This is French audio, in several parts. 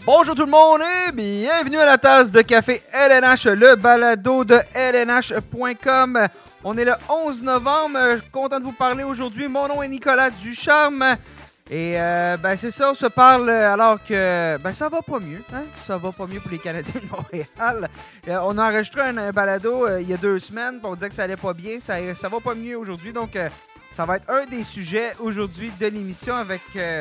Bonjour tout le monde et bienvenue à la tasse de café LNH, le balado de LNH.com. On est le 11 novembre, content de vous parler aujourd'hui. Mon nom est Nicolas Ducharme et c'est ça, on se parle alors que ça va pas mieux. Hein? Ça va pas mieux pour les Canadiens de Montréal. On a enregistré un balado il y a 2 semaines, on disait que ça allait pas bien. Ça va pas mieux aujourd'hui, donc... ça va être un des sujets aujourd'hui de l'émission avec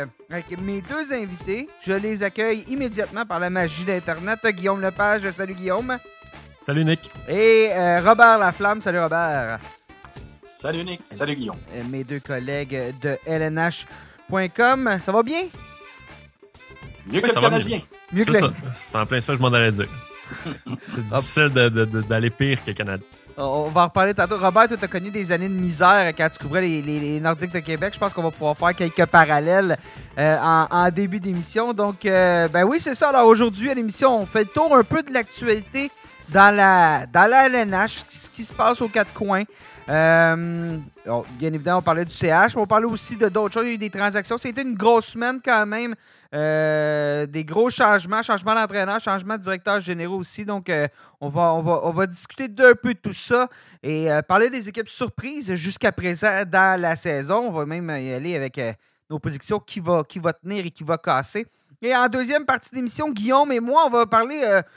mes 2 invités. Je les accueille immédiatement par la magie d'Internet. Guillaume Lepage, salut Guillaume. Salut Nick. Et Robert Laflamme, salut Robert. Salut Nick, salut Guillaume. Mes 2 collègues de LNH.com. Ça va bien? Mieux que le Canadien. Mieux que ça. C'est en plein ça, je m'en allais dire. C'est difficile d'aller pire que le Canadien. On va en reparler tantôt. Robert, toi, tu as connu des années de misère quand tu couvrais les Nordiques de Québec. Je pense qu'on va pouvoir faire quelques parallèles en début d'émission. Donc, oui, c'est ça. Alors, aujourd'hui, à l'émission, on fait le tour un peu de l'actualité dans la LNH, ce qui se passe aux 4 coins. Bien évidemment, on parlait du CH, mais on parlait aussi d'autres choses. Il y a eu des transactions. C'était une grosse semaine quand même. Des gros changements d'entraîneur, changement de directeur généraux aussi. Donc, on va discuter d'un peu de tout ça et parler des équipes surprises jusqu'à présent dans la saison. On va même y aller avec nos prédictions qui va tenir et qui va casser. Et en deuxième partie d'émission, Guillaume et moi, on va parler...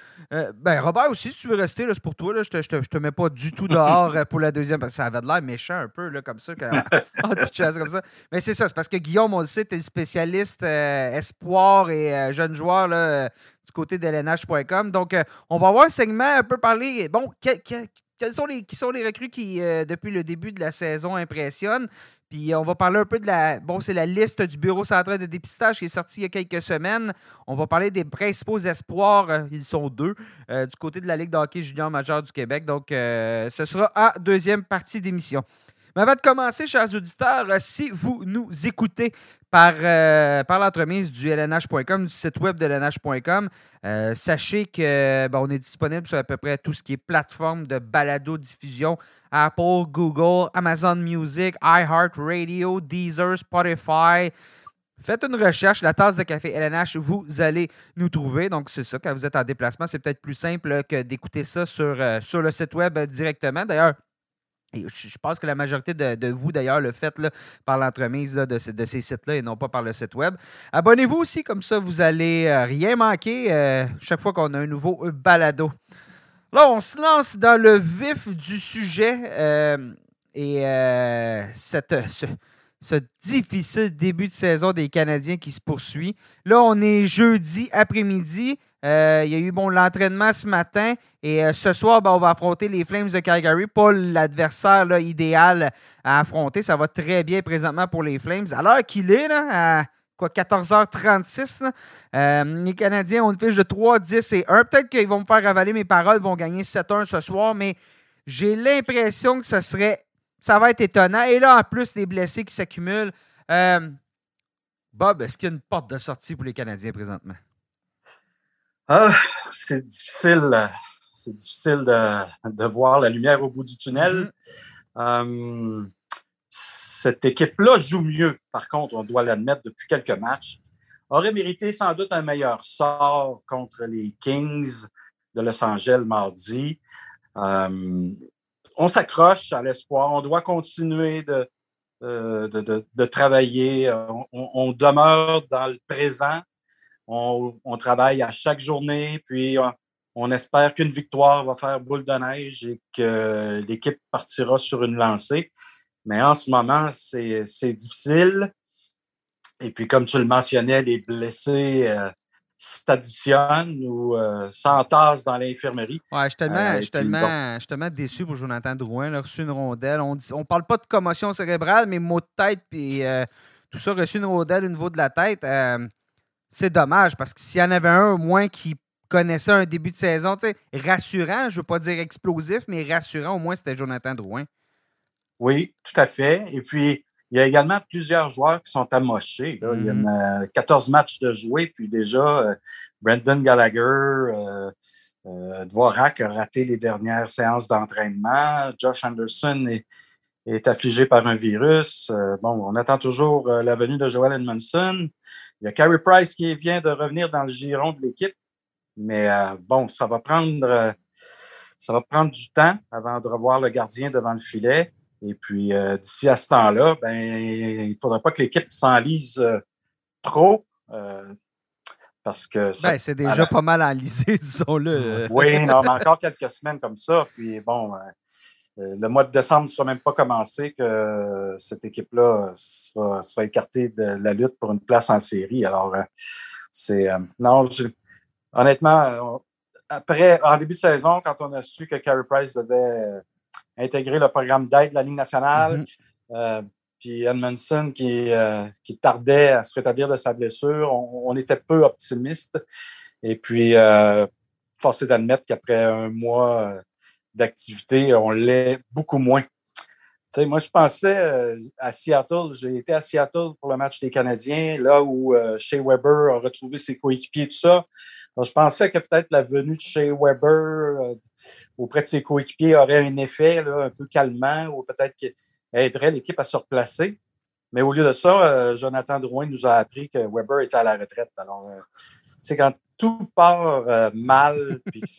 Robert aussi, si tu veux rester, là, c'est pour toi. Là, je te mets pas du tout dehors pour la deuxième, parce que ça avait de l'air méchant un peu, là, comme ça. Comme ça. Mais c'est ça, c'est parce que Guillaume, on le sait, tu es le spécialiste espoir et jeune joueur là, du côté de LNH.com. Donc, on va avoir un segment un peu parler... Bon, qui sont les recrues qui, depuis le début de la saison, impressionnent? Puis on va parler un peu de c'est la liste du Bureau central de dépistage qui est sortie il y a quelques semaines. On va parler des principaux espoirs, ils sont 2, du côté de la Ligue de hockey junior majeur du Québec. Donc, ce sera en deuxième partie d'émission. Mais avant de commencer, chers auditeurs, si vous nous écoutez par l'entremise du LNH.com, du site web de LNH.com, sachez qu'on est disponible sur à peu près tout ce qui est plateforme de balado-diffusion, Apple, Google, Amazon Music, iHeartRadio, Deezer, Spotify. Faites une recherche, la tasse de café LNH, vous allez nous trouver. Donc, c'est ça, quand vous êtes en déplacement, c'est peut-être plus simple que d'écouter ça sur le site web directement. D'ailleurs, je pense que la majorité de vous, d'ailleurs, le faites là, par l'entremise là, de ces sites-là et non pas par le site web. Abonnez-vous aussi, comme ça, vous n'allez rien manquer chaque fois qu'on a un nouveau balado. Là, on se lance dans le vif du sujet ce difficile début de saison des Canadiens qui se poursuit. Là, on est jeudi après-midi. Il y a eu l'entraînement ce matin et ce soir, on va affronter les Flames de Calgary. Pas l'adversaire là, idéal à affronter. Ça va très bien présentement pour les Flames. À l'heure qu'il est, là, à 14h36, là, les Canadiens ont une fiche de 3-10-1. Peut-être qu'ils vont me faire avaler mes paroles, vont gagner 7-1 ce soir, mais j'ai l'impression que ça va être étonnant. Et là, en plus, les blessés qui s'accumulent. Bob, est-ce qu'il y a une porte de sortie pour les Canadiens présentement? C'est difficile de voir la lumière au bout du tunnel. Cette équipe-là joue mieux, par contre, on doit l'admettre, depuis quelques matchs. Aurait mérité sans doute un meilleur sort contre les Kings de Los Angeles mardi. On s'accroche à l'espoir. On doit continuer de travailler. On demeure dans le présent. On travaille à chaque journée, puis on espère qu'une victoire va faire boule de neige et que l'équipe partira sur une lancée. Mais en ce moment, c'est difficile. Et puis, comme tu le mentionnais, les blessés s'additionnent ou s'entassent dans l'infirmerie. Ouais, je suis tellement déçu pour Jonathan Drouin. Il a reçu une rondelle. On parle pas de commotion cérébrale, mais maux de tête, puis tout ça, reçu une rondelle au niveau de la tête. C'est dommage, parce que s'il y en avait un au moins qui connaissait un début de saison, rassurant, je ne veux pas dire explosif, mais rassurant, au moins, c'était Jonathan Drouin. Oui, tout à fait. Et puis, il y a également plusieurs joueurs qui sont amochés. Là. Il y a 14 matchs de jouer, puis déjà, Brendan Gallagher, Dvorak a raté les dernières séances d'entraînement. Josh Anderson est affligé par un virus. On attend toujours la venue de Joel Edmondson. Il y a Carey Price qui vient de revenir dans le giron de l'équipe. Mais ça va prendre du temps avant de revoir le gardien devant le filet. Et puis, d'ici à ce temps-là, il ne faudra pas que l'équipe s'enlise trop. Parce que c'est déjà pas mal enlisé, disons-le. Oui, non, mais encore quelques semaines comme ça. Puis le mois de décembre ne sera même pas commencé que cette équipe-là sera écartée de la lutte pour une place en série. Alors, honnêtement, en début de saison, quand on a su que Carey Price devait intégrer le programme d'aide de la Ligue nationale, puis Edmondson qui tardait à se rétablir de sa blessure, on était peu optimistes. Et puis, force est d'admettre qu'après un mois d'activité, on l'est beaucoup moins. Tu sais, moi, je pensais à Seattle. J'ai été à Seattle pour le match des Canadiens, là où Shea Weber a retrouvé ses coéquipiers et tout ça. Donc, je pensais que peut-être la venue de Shea Weber auprès de ses coéquipiers aurait un effet là, un peu calmant ou peut-être qu'il aiderait l'équipe à se replacer. Mais au lieu de ça, Jonathan Drouin nous a appris que Weber était à la retraite. Alors, c'est quand tout part mal puis que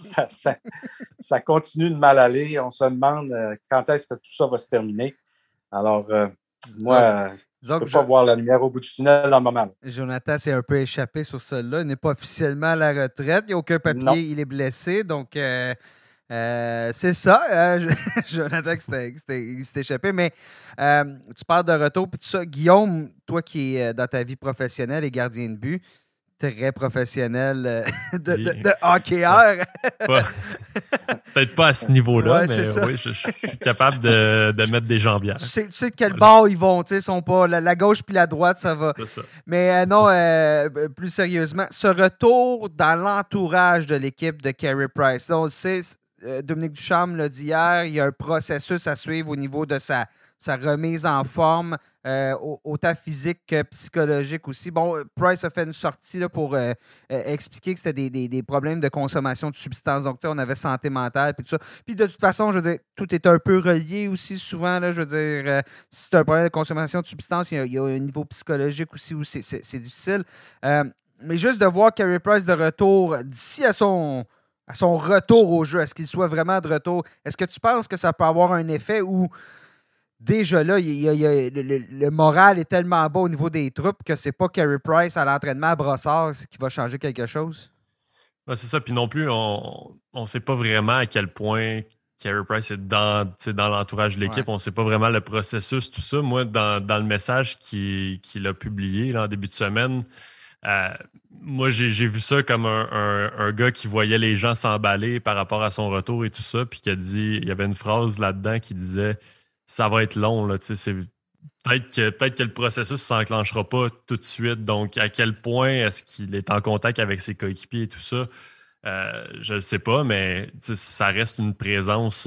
ça continue de mal aller, on se demande quand est-ce que tout ça va se terminer. Alors, moi, je ne peux pas voir la lumière au bout du tunnel dans le moment. Jonathan s'est un peu échappé sur celle-là. Il n'est pas officiellement à la retraite. Il n'y a aucun papier. Non. Il est blessé. Donc, c'est ça. Jonathan il s'est échappé. Mais tu parles de retour. Puis tout ça. Guillaume, toi qui es dans ta vie professionnelle et gardien de but, très professionnel de hockeyeur. Peut-être pas à ce niveau-là, mais oui, je suis capable de mettre des jambières. Tu sais de quel bord ils vont, tu sais, sont pas la gauche puis la droite, ça va. C'est ça. Mais non, plus sérieusement, ce retour dans l'entourage de l'équipe de Carey Price, là, on le sait, Dominique Ducharme l'a dit hier, il y a un processus à suivre au niveau de sa remise en forme, autant physique que psychologique aussi. Bon, Price a fait une sortie là, pour expliquer que c'était des problèmes de consommation de substances. Donc, tu sais, on avait santé mentale et tout ça. Puis de toute façon, je veux dire, tout est un peu relié aussi souvent. Là, je veux dire, si c'est un problème de consommation de substances, il y a un niveau psychologique aussi où c'est difficile. Mais juste de voir Carey Price de retour d'ici à son retour au jeu, est-ce qu'il soit vraiment de retour? Est-ce que tu penses que ça peut avoir un effet où déjà là, le moral est tellement bas au niveau des troupes que c'est pas Carey Price à l'entraînement à Brossard qui va changer quelque chose? Ouais, c'est ça. Puis non plus, on ne sait pas vraiment à quel point Carey Price est dans l'entourage de l'équipe. Ouais. On ne sait pas vraiment le processus, tout ça. Moi, dans le message qu'il a publié là, en début de semaine, moi, j'ai vu ça comme un gars qui voyait les gens s'emballer par rapport à son retour et tout ça, puis qui a dit, il y avait une phrase là-dedans qui disait « ça va être long, là, tu sais, peut-être que le processus ne s'enclenchera pas tout de suite. Donc, à quel point est-ce qu'il est en contact avec ses coéquipiers et tout ça? Je ne sais pas, mais ça reste une présence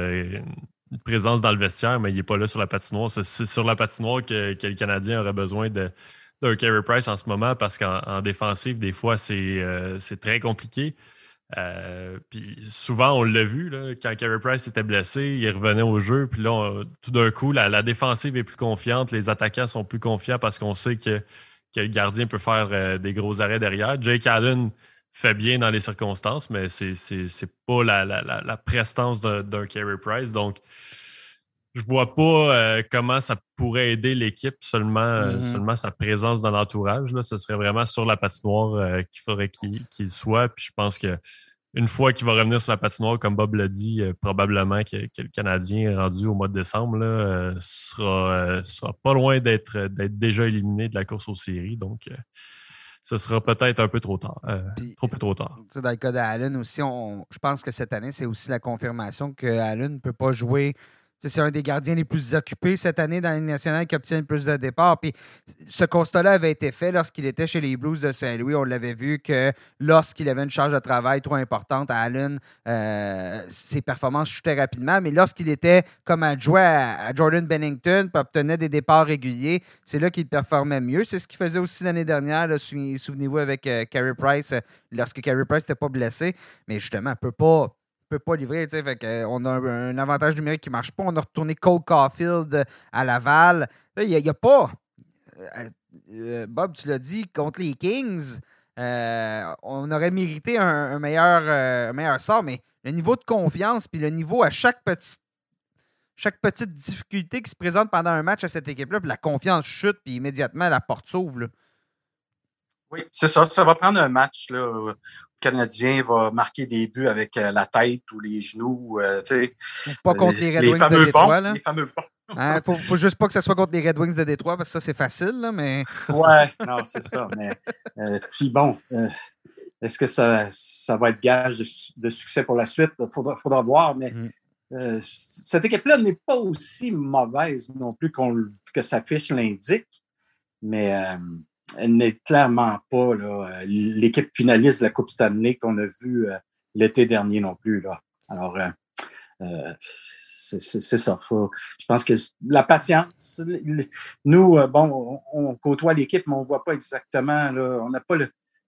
dans le vestiaire, mais il n'est pas là sur la patinoire. C'est sur la patinoire que le Canadien aurait besoin d'un Carey Price en ce moment parce qu'en défensive, des fois, c'est très compliqué. Puis souvent, on l'a vu, là, quand Carey Price était blessé, il revenait au jeu. Puis là, tout d'un coup, la défensive est plus confiante. Les attaquants sont plus confiants parce qu'on sait que le gardien peut faire des gros arrêts derrière. Jake Allen fait bien dans les circonstances, mais c'est pas la prestance d'un Carey Price. Donc, je vois pas comment ça pourrait aider l'équipe seulement sa présence dans l'entourage. Là, ce serait vraiment sur la patinoire qu'il faudrait qu'il soit. Puis je pense que une fois qu'il va revenir sur la patinoire, comme Bob l'a dit, probablement que le Canadien rendu au mois de décembre là, sera pas loin d'être déjà éliminé de la course aux séries. Donc, ce sera peut-être un peu trop tard. Trop tard. Dans le cas d'Allen aussi, je pense que cette année, c'est aussi la confirmation qu'Allen ne peut pas jouer. C'est un des gardiens les plus occupés cette année dans la Ligue nationale qui obtient le plus de départs. Puis ce constat-là avait été fait lorsqu'il était chez les Blues de Saint-Louis. On l'avait vu que lorsqu'il avait une charge de travail trop importante à Allen, ses performances chutaient rapidement. Mais lorsqu'il était comme adjoint à Jordan Bennington puis obtenait des départs réguliers, c'est là qu'il performait mieux. C'est ce qu'il faisait aussi l'année dernière. Là, souvenez-vous avec Carey Price, lorsque Carey Price n'était pas blessé. Mais justement, il ne peut pas peut pas livrer. Fait que, on a un avantage numérique qui ne marche pas. On a retourné Cole Caulfield à Laval. Il n'y a pas... Bob, tu l'as dit, contre les Kings, on aurait mérité un meilleur sort, mais le niveau de confiance puis le niveau à chaque petite difficulté qui se présente pendant un match à cette équipe-là, puis la confiance chute, puis immédiatement, la porte s'ouvre. Là. Oui, c'est ça. Ça va prendre un match là, où le Canadien va marquer des buts avec la tête ou les genoux. Ou pas contre les Red Wings de Détroit. Là. Les fameux ponts. Hein, faut juste pas que ce soit contre les Red Wings de Détroit, parce que ça, c'est facile, là, mais... Ouais, non, c'est ça. Mais puis bon, est-ce que ça va être gage de succès pour la suite? Faudra voir, mais cette équipe-là n'est pas aussi mauvaise non plus que sa fiche l'indique, mais elle n'est clairement pas là, l'équipe finaliste de la Coupe Stanley qu'on a vue l'été dernier non plus. Là. Alors, c'est ça. Je pense que la patience, nous, on côtoie l'équipe, mais on ne voit pas exactement, là, on n'a pas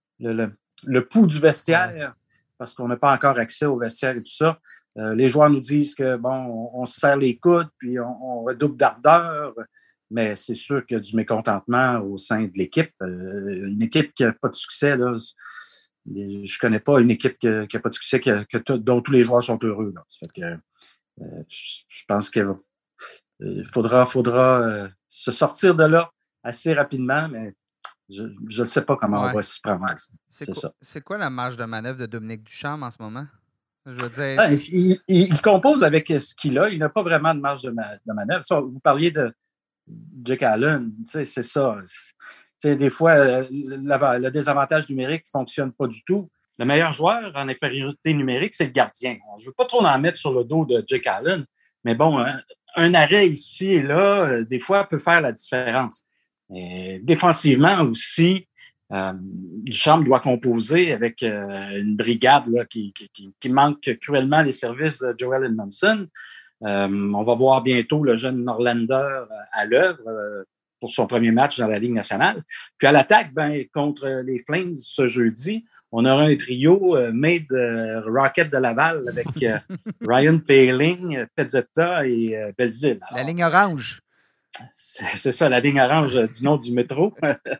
le pouls du vestiaire parce qu'on n'a pas encore accès au vestiaire et tout ça. Les joueurs nous disent que, on se serre les coudes, puis on redouble d'ardeur, mais c'est sûr qu'il y a du mécontentement au sein de l'équipe. Une équipe qui n'a pas de succès, là, je ne connais pas une équipe qui n'a pas de succès dont tous les joueurs sont heureux. Là. Ça fait que, je pense qu'il faudra se sortir de là assez rapidement, mais je ne sais pas comment on va s'y prendre. C'est quoi la marge de manœuvre de Dominique Ducharme en ce moment? Je veux dire, il compose avec ce qu'il a. Il n'a pas vraiment de marge de manœuvre. Vous parliez de Jake Allen, c'est ça. Des fois, le désavantage numérique ne fonctionne pas du tout. Le meilleur joueur en infériorité numérique, c'est le gardien. Je ne veux pas trop en mettre sur le dos de Jake Allen, mais bon, un arrêt ici et là, des fois, peut faire la différence. Et défensivement aussi, Ducharme doit composer avec une brigade là, qui manque cruellement les services de Joel Edmondson. On va voir bientôt le jeune Norlander à l'œuvre pour son premier match dans la Ligue nationale. Puis à l'attaque, contre les Flames ce jeudi, on aura un trio made Rocket de Laval avec Ryan Poehling, Pezzetta et Belzile. La ligne orange. C'est ça, la ligne orange du nom du métro.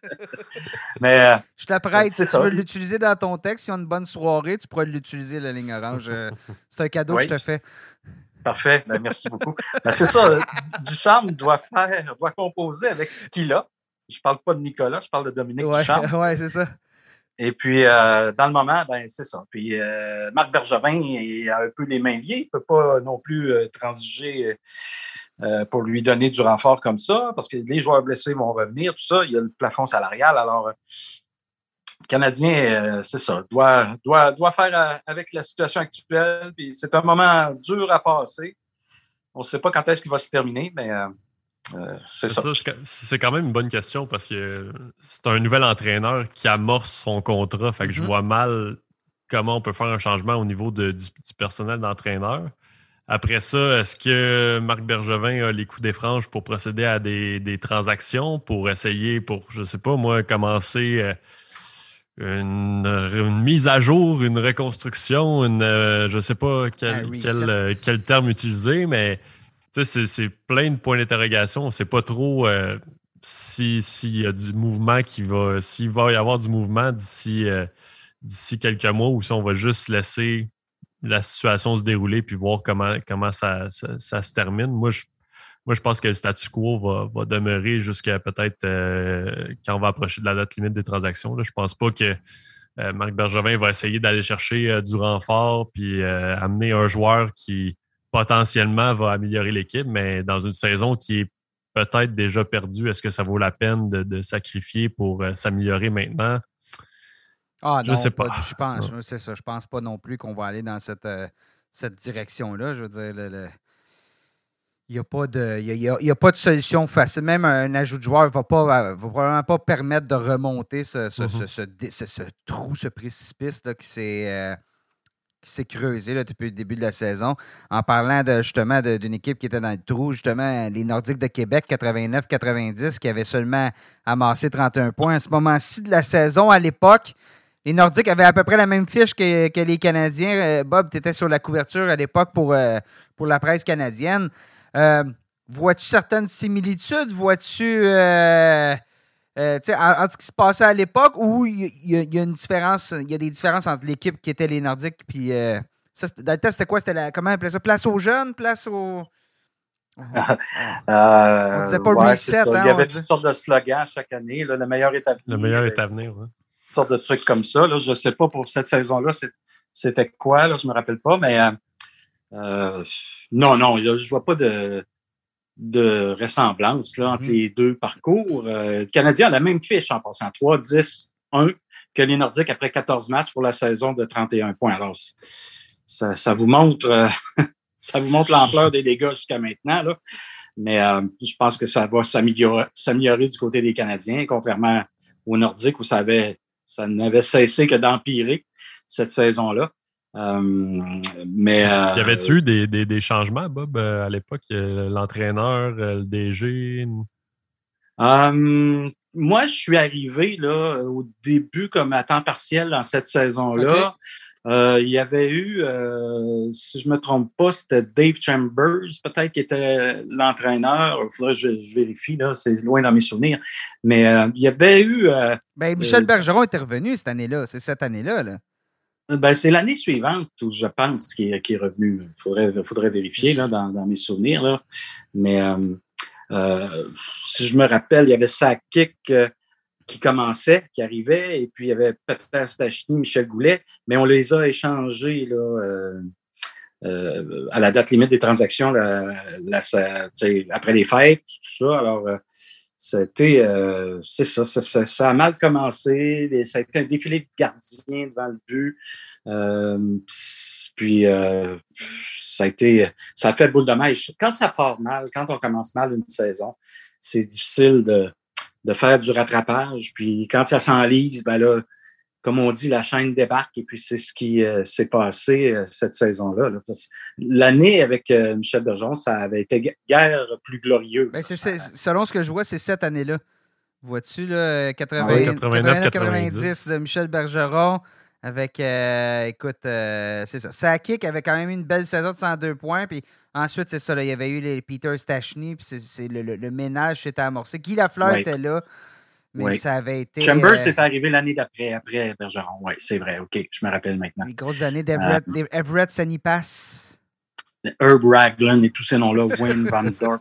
Mais je te la prête. Si tu veux l'utiliser dans ton texte, si on a une bonne soirée, tu pourras l'utiliser, la ligne orange. C'est un cadeau que je te fais. Parfait, merci beaucoup. C'est ça, Ducharme doit composer avec ce qu'il a. Je parle pas de Nicolas, je parle de Dominique Ducharme. Oui, c'est ça. Et puis, dans le moment, c'est ça. Puis, Marc Bergevin a un peu les mains liées. Il ne peut pas non plus transiger pour lui donner du renfort comme ça, parce que les joueurs blessés vont revenir, tout ça. Il y a le plafond salarial. Alors, le Canadien, c'est ça, doit faire avec la situation actuelle. Puis c'est un moment dur à passer. On ne sait pas quand est-ce qu'il va se terminer, mais c'est ça. C'est quand même une bonne question parce que c'est un nouvel entraîneur qui amorce son contrat. Fait que je vois mal comment on peut faire un changement au niveau du personnel d'entraîneur. Après ça, est-ce que Marc Bergevin a les coups des franges pour procéder à des transactions, pour essayer, je sais pas moi, commencer une mise à jour, une reconstruction, je sais pas quel terme utiliser, mais c'est plein de points d'interrogation. On ne sait pas trop s'il y a du mouvement s'il va y avoir du mouvement d'ici quelques mois ou si on va juste laisser la situation se dérouler puis voir comment ça se termine. Moi, je pense que le statu quo va demeurer jusqu'à peut-être quand on va approcher de la date limite des transactions. Là. Je pense pas que Marc Bergevin va essayer d'aller chercher du renfort puis amener un joueur qui potentiellement va améliorer l'équipe, mais dans une saison qui est peut-être déjà perdue, est-ce que ça vaut la peine de sacrifier pour s'améliorer maintenant? Ah non, je sais pas. C'est ça. Je pense pas non plus qu'on va aller dans cette direction-là. Je veux dire, il n'y a pas de solution facile. Même un ajout de joueur ne va probablement pas permettre de remonter ce trou, ce précipice là, qui s'est creusé là, depuis le début de la saison. En parlant justement d'une équipe qui était dans le trou, justement, les Nordiques de Québec, 89-90, qui avaient seulement amassé 31 points. À ce moment-ci de la saison, à l'époque, les Nordiques avaient à peu près la même fiche que les Canadiens. Bob, tu étais sur la couverture à l'époque pour la presse canadienne. Vois-tu certaines similitudes? Vois-tu entre ce qui se passait à l'époque ou il y a une différence, il y a des différences entre l'équipe qui était les Nordiques puis ça, dans le temps, c'était quoi? C'était comment on appelait ça? Place aux jeunes? Place aux... On disait pas reset. Il y avait toutes sortes de slogans chaque année. Là, le meilleur est à venir. Le meilleur est à venir, oui. Toutes sortes de trucs comme ça. Là, je ne sais pas pour cette saison-là, c'était quoi, là, je ne me rappelle pas, mais non, je ne vois pas de ressemblance là, entre les deux parcours. Le Canadien a la même fiche en passant 3-10-1 que les Nordiques après 14 matchs pour la saison de 31 points. Alors, ça vous montre ça vous montre l'ampleur des dégâts jusqu'à maintenant. Là. Mais je pense que ça va s'améliorer du côté des Canadiens, contrairement aux Nordiques où ça n'avait cessé que d'empirer cette saison-là. Mais y avait-tu des changements, Bob, à l'époque? L'entraîneur, le DG? Moi, je suis arrivé là, au début comme à temps partiel dans cette saison-là. Okay. Il y avait eu, si je ne me trompe pas, c'était Dave Chambers, peut-être, qui était l'entraîneur. Il faudrait que je vérifie, là, c'est loin dans mes souvenirs. Mais il y avait eu... Michel Bergeron était revenu cette année-là. C'est cette année-là, là. C'est l'année suivante où je pense qu'il est revenu. Il faudrait vérifier là, dans mes souvenirs. Là. Mais si je me rappelle, il y avait Sakic qui commençait, qui arrivait, et puis il y avait Peter Stachny, Michel Goulet, mais on les a échangés là, à la date limite des transactions après les fêtes, tout ça. Alors, c'était, c'est ça, ça a mal commencé. Ça a été un défilé de gardiens devant le but. Puis, ça a fait boule de neige. Quand ça part mal, quand on commence mal une saison, c'est difficile de faire du rattrapage. Puis, quand ça s'enlise, ben là, comme on dit, la chaîne débarque et puis c'est ce qui s'est passé cette saison-là. Là. L'année avec Michel Bergeron, ça avait été guère plus glorieux. Ben selon ce que je vois, c'est cette année-là. Vois-tu, là, 89-90 de Michel Bergeron avec, écoute, c'est ça. Sakic avait quand même eu une belle saison de 102 points. Puis ensuite, c'est ça, là, il y avait eu les Peter Stachny. Puis c'est le ménage s'était amorcé. Guy Lafleur était là. Mais ça avait été... Chambers est arrivé l'année d'après, après Bergeron. Oui, c'est vrai. OK, je me rappelle maintenant. Les grosses années d'Everett Sanipass. Herb Raglan et tous ces noms-là, Wayne Van Dorp.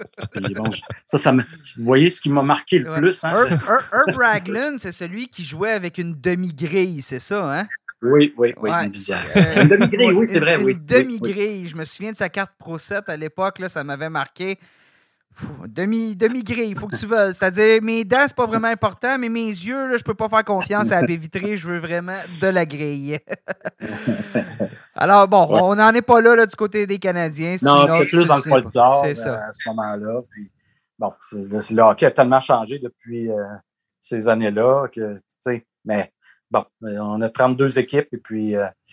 Vous voyez ce qui m'a marqué le plus. Hein? Herb Raglan, c'est celui qui jouait avec une demi-grille, c'est ça, hein? Oui, ouais, une demi-grille, oui, c'est vrai. Une demi-grille. Oui. Je me souviens de sa carte Pro 7 à l'époque, là, ça m'avait marqué. Demi-grille, il faut que tu veuilles. C'est-à-dire, mes dents, c'est pas vraiment important, mais mes yeux, là, je peux pas faire confiance à la baie vitrée, je veux vraiment de la grille. Alors, bon, on n'en est pas là du côté des Canadiens. Non, c'est plus dans le folklore à ce moment-là. Puis, bon, le hockey a tellement changé depuis ces années-là que, tu sais, mais bon, on a 32 équipes et puis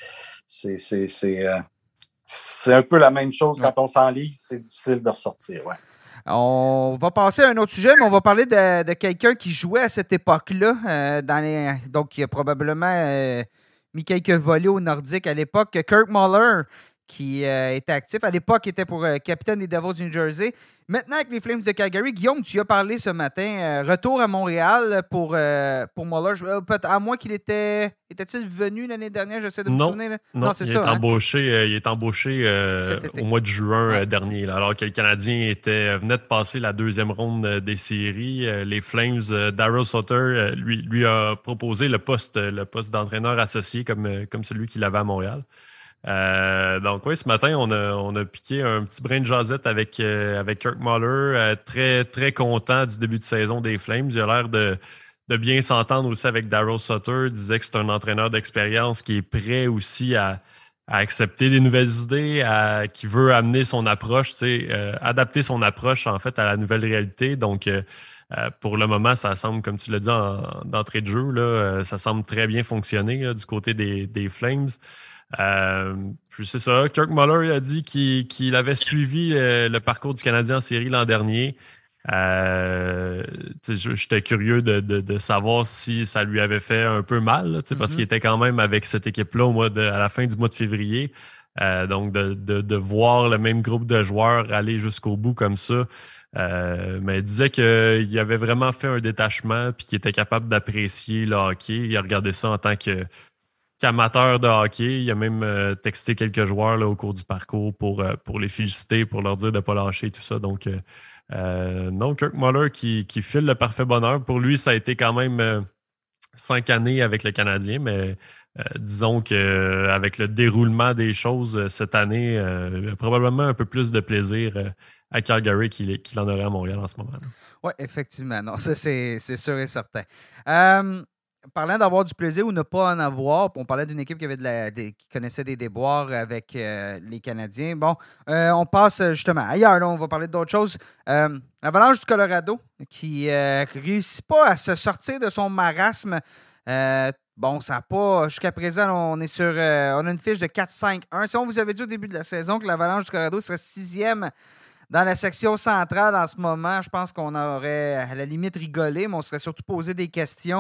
c'est un peu la même chose quand on s'enlise, c'est difficile de ressortir, ouais. On va passer à un autre sujet, mais on va parler de quelqu'un qui jouait à cette époque-là. Donc, qui a probablement mis quelques volets au Nordique à l'époque. Kirk Muller, qui était actif. À l'époque, était pour capitaine des Devils du New Jersey. Maintenant, avec les Flames de Calgary, Guillaume, tu y as parlé ce matin. Retour à Montréal pour Muller. À moins qu'il était-il venu l'année dernière? J'essaie de me souvenir. Là. Non, c'est ça. Il est embauché au mois de juin dernier, là, alors que le Canadien venait de passer la deuxième ronde des séries. Les Flames, Darryl Sutter, lui a proposé le poste d'entraîneur associé comme celui qu'il avait à Montréal. Donc oui, ce matin, on a piqué un petit brin de jasette avec Kirk Muller, très, très content du début de saison des Flames. Il a l'air de bien s'entendre aussi avec Darryl Sutter. Il disait que c'est un entraîneur d'expérience qui est prêt aussi à accepter des nouvelles idées, qui veut amener son approche, adapter son approche en fait à la nouvelle réalité. Donc pour le moment, ça semble, comme tu l'as dit d'entrée de jeu, là, ça semble très bien fonctionner là, du côté des Flames. C'est ça. Kirk Muller a dit qu'il avait suivi le parcours du Canadien en série l'an dernier. J'étais curieux de savoir si ça lui avait fait un peu mal, là, parce qu'il était quand même avec cette équipe-là à la fin du mois de février. Donc, de voir le même groupe de joueurs aller jusqu'au bout comme ça. Mais il disait qu'il avait vraiment fait un détachement puis qu'il était capable d'apprécier le hockey. Il a regardé ça en tant qu'amateur de hockey. Il a même texté quelques joueurs là, au cours du parcours pour les féliciter, pour leur dire de ne pas lâcher tout ça. Donc, non, Kirk Muller qui file le parfait bonheur. Pour lui, ça a été quand même 5 années avec le Canadien, mais disons qu'avec le déroulement des choses cette année, probablement un peu plus de plaisir à Calgary qu'il en aurait à Montréal en ce moment. Oui, effectivement. Non, ça, c'est sûr et certain. Parlant d'avoir du plaisir ou ne pas en avoir, on parlait d'une équipe qui connaissait des déboires avec les Canadiens. Bon, on passe justement ailleurs. Là, on va parler d'autres choses. L'Avalanche du Colorado qui ne réussit pas à se sortir de son marasme. Bon, ça n'a pas. Jusqu'à présent, on est sur. On a une fiche de 4-5-1. Si on vous avait dit au début de la saison que l'Avalanche du Colorado serait 6e dans la section centrale en ce moment, je pense qu'on aurait à la limite rigolé, mais on serait surtout posé des questions.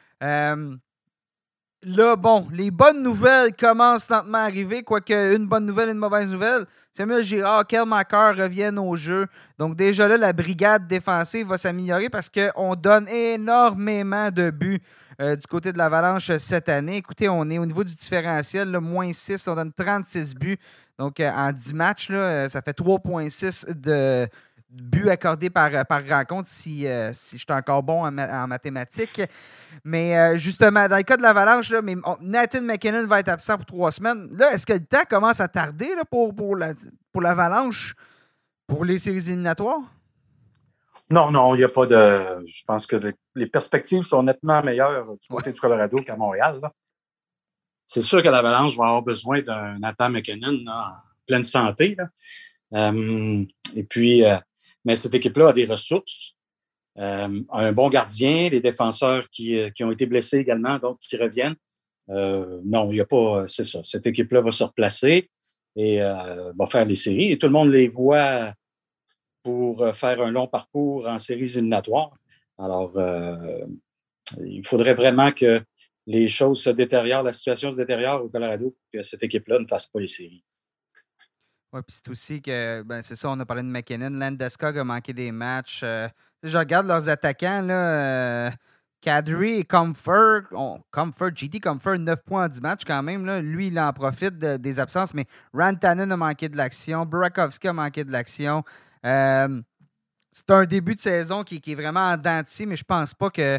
Là, bon, les bonnes nouvelles commencent lentement à arriver, quoique une bonne nouvelle et une mauvaise nouvelle. Samuel Girard, Cale Makar reviennent au jeu. Donc déjà là, la brigade défensive va s'améliorer parce qu'on donne énormément de buts du côté de l'Avalanche cette année. Écoutez, on est au niveau du différentiel, là, moins 6, on donne 36 buts. Donc en 10 matchs, là, ça fait 3,6 de buts accordés par rencontre si je suis encore bon en mathématiques. Mais justement, dans le cas de l'Avalanche, là, Nathan MacKinnon va être absent pour 3 semaines. Là, est-ce que le temps commence à tarder là, pour l'Avalanche pour les séries éliminatoires? Non, il n'y a pas de... Je pense que les perspectives sont nettement meilleures du côté du Colorado qu'à Montréal. Là. C'est sûr que l'Avalanche va avoir besoin d'un Nathan MacKinnon là, en pleine santé. Là. Et puis, mais cette équipe-là a des ressources. Un bon gardien, les défenseurs qui ont été blessés également, donc qui reviennent. Non, il n'y a pas... C'est ça. Cette équipe-là va se replacer et va faire les séries. Et tout le monde les voit pour faire un long parcours en séries éliminatoires. Alors, il faudrait vraiment que les choses se détériorent, la situation se détériore au Colorado pour que cette équipe-là ne fasse pas les séries. Oui, puis c'est aussi que, c'est ça, on a parlé de MacKinnon. Landeskog a manqué des matchs. Je regarde leurs attaquants, là, Kadri et Comfort, JT Comfort, 9 points en 10 matchs quand même. Là. Lui, il en profite des absences, mais Rantanen a manqué de l'action. Burakovsky a manqué de l'action. C'est un début de saison qui est vraiment en dents de scie, mais je pense pas que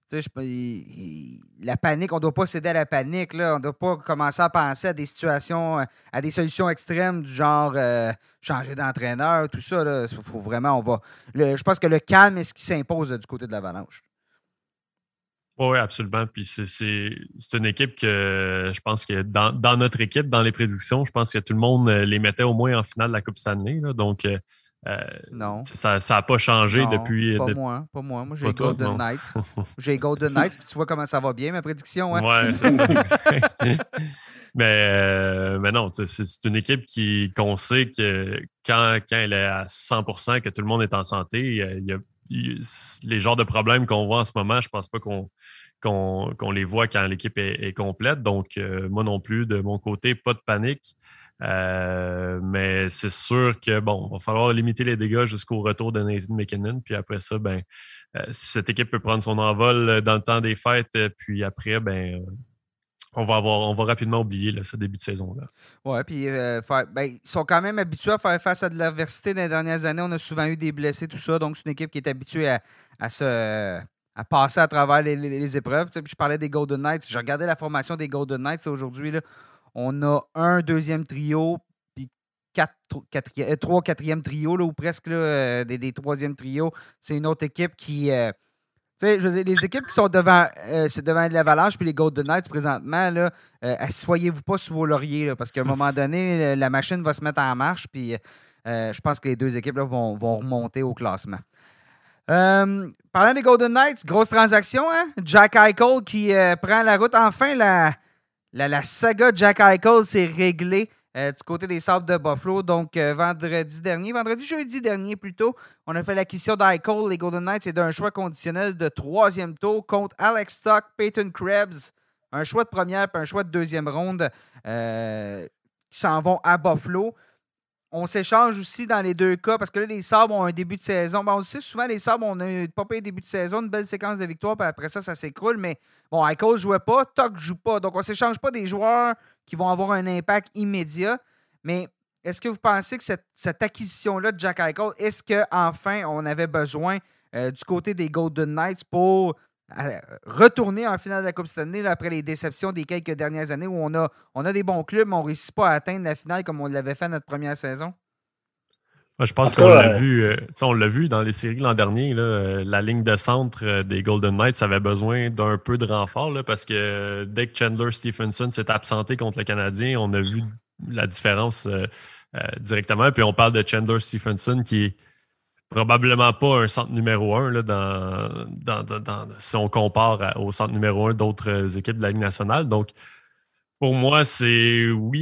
la panique, on ne doit pas céder à la panique. Là. On ne doit pas commencer à penser à des situations, à des solutions extrêmes du genre changer d'entraîneur, tout ça. Là. Faut vraiment, je pense que le calme est ce qui s'impose du côté de l'Avalanche. Oui, absolument. Puis c'est une équipe que je pense que dans notre équipe, dans les prédictions, je pense que tout le monde les mettait au moins en finale de la Coupe Stanley. Là. Donc, non. Ça n'a pas changé depuis. Pas moi. Moi, j'ai Golden Knights. J'ai Golden Knights, puis tu vois comment ça va bien, ma prédiction. Hein? Oui, c'est ça. mais non, c'est une équipe qu'on sait que quand elle est à 100%, que tout le monde est en santé, les genres de problèmes qu'on voit en ce moment, je pense pas qu'on les voit quand l'équipe est complète. Donc, moi non plus, de mon côté, pas de panique. Mais c'est sûr que il va falloir limiter les dégâts jusqu'au retour de Nathan MacKinnon. Puis après ça, si cette équipe peut prendre son envol dans le temps des fêtes, puis après, on va rapidement oublier là, ce début de saison-là. Oui, puis ils sont quand même habitués à faire face à de l'adversité dans les dernières années. On a souvent eu des blessés, tout ça. Donc, c'est une équipe qui est habituée à passer à travers les épreuves. Puis je parlais des Golden Knights. Je regardais la formation des Golden Knights aujourd'hui. Là. On a un deuxième trio, puis 3 quatrièmes trios, là, ou presque là, des troisièmes trios. C'est une autre équipe qui... les équipes qui sont devant l'Avalanche puis les Golden Knights présentement, là, assoyez-vous pas sur vos lauriers là, parce qu'à un moment donné, la machine va se mettre en marche puis je pense que les deux équipes là, vont remonter au classement. Parlant des Golden Knights, grosse transaction, hein? Jack Eichel qui prend la route. Enfin, la saga Jack Eichel s'est réglée. du côté des Sabres de Buffalo. Donc, jeudi dernier plutôt, on a fait l'acquisition d'Eichel, les Golden Knights, et d'un choix conditionnel de 3e tour contre Alex Stock, Peyton Krebs, un choix de première et un choix de 2e ronde qui s'en vont à Buffalo. On s'échange aussi dans les deux cas parce que là, les Sabres ont un début de saison. Bon, on le sait, souvent, les Sabres, on a pas payé début de saison, une belle séquence de victoires, puis après ça s'écroule. Mais bon, Eichel ne jouait pas, Tuck ne joue pas. Donc, on ne s'échange pas des joueurs qui vont avoir un impact immédiat. Mais est-ce que vous pensez que cette acquisition-là de Jack Eichel, est-ce qu'enfin, on avait besoin du côté des Golden Knights pour retourner en finale de la Coupe Stanley là, après les déceptions des quelques dernières années où on a des bons clubs, mais on ne réussit pas à atteindre la finale comme on l'avait fait notre première saison? Je pense qu'on l'a vu, on l'a vu dans les séries l'an dernier. Là, la ligne de centre des Golden Knights avait besoin d'un peu de renfort là, parce que dès que Chandler Stephenson s'est absenté contre le Canadien, on a vu la différence directement. Puis on parle de Chandler Stephenson qui est probablement pas un centre numéro 1 là, si on compare au centre numéro 1 d'autres équipes de la Ligue nationale. Donc, pour moi, c'est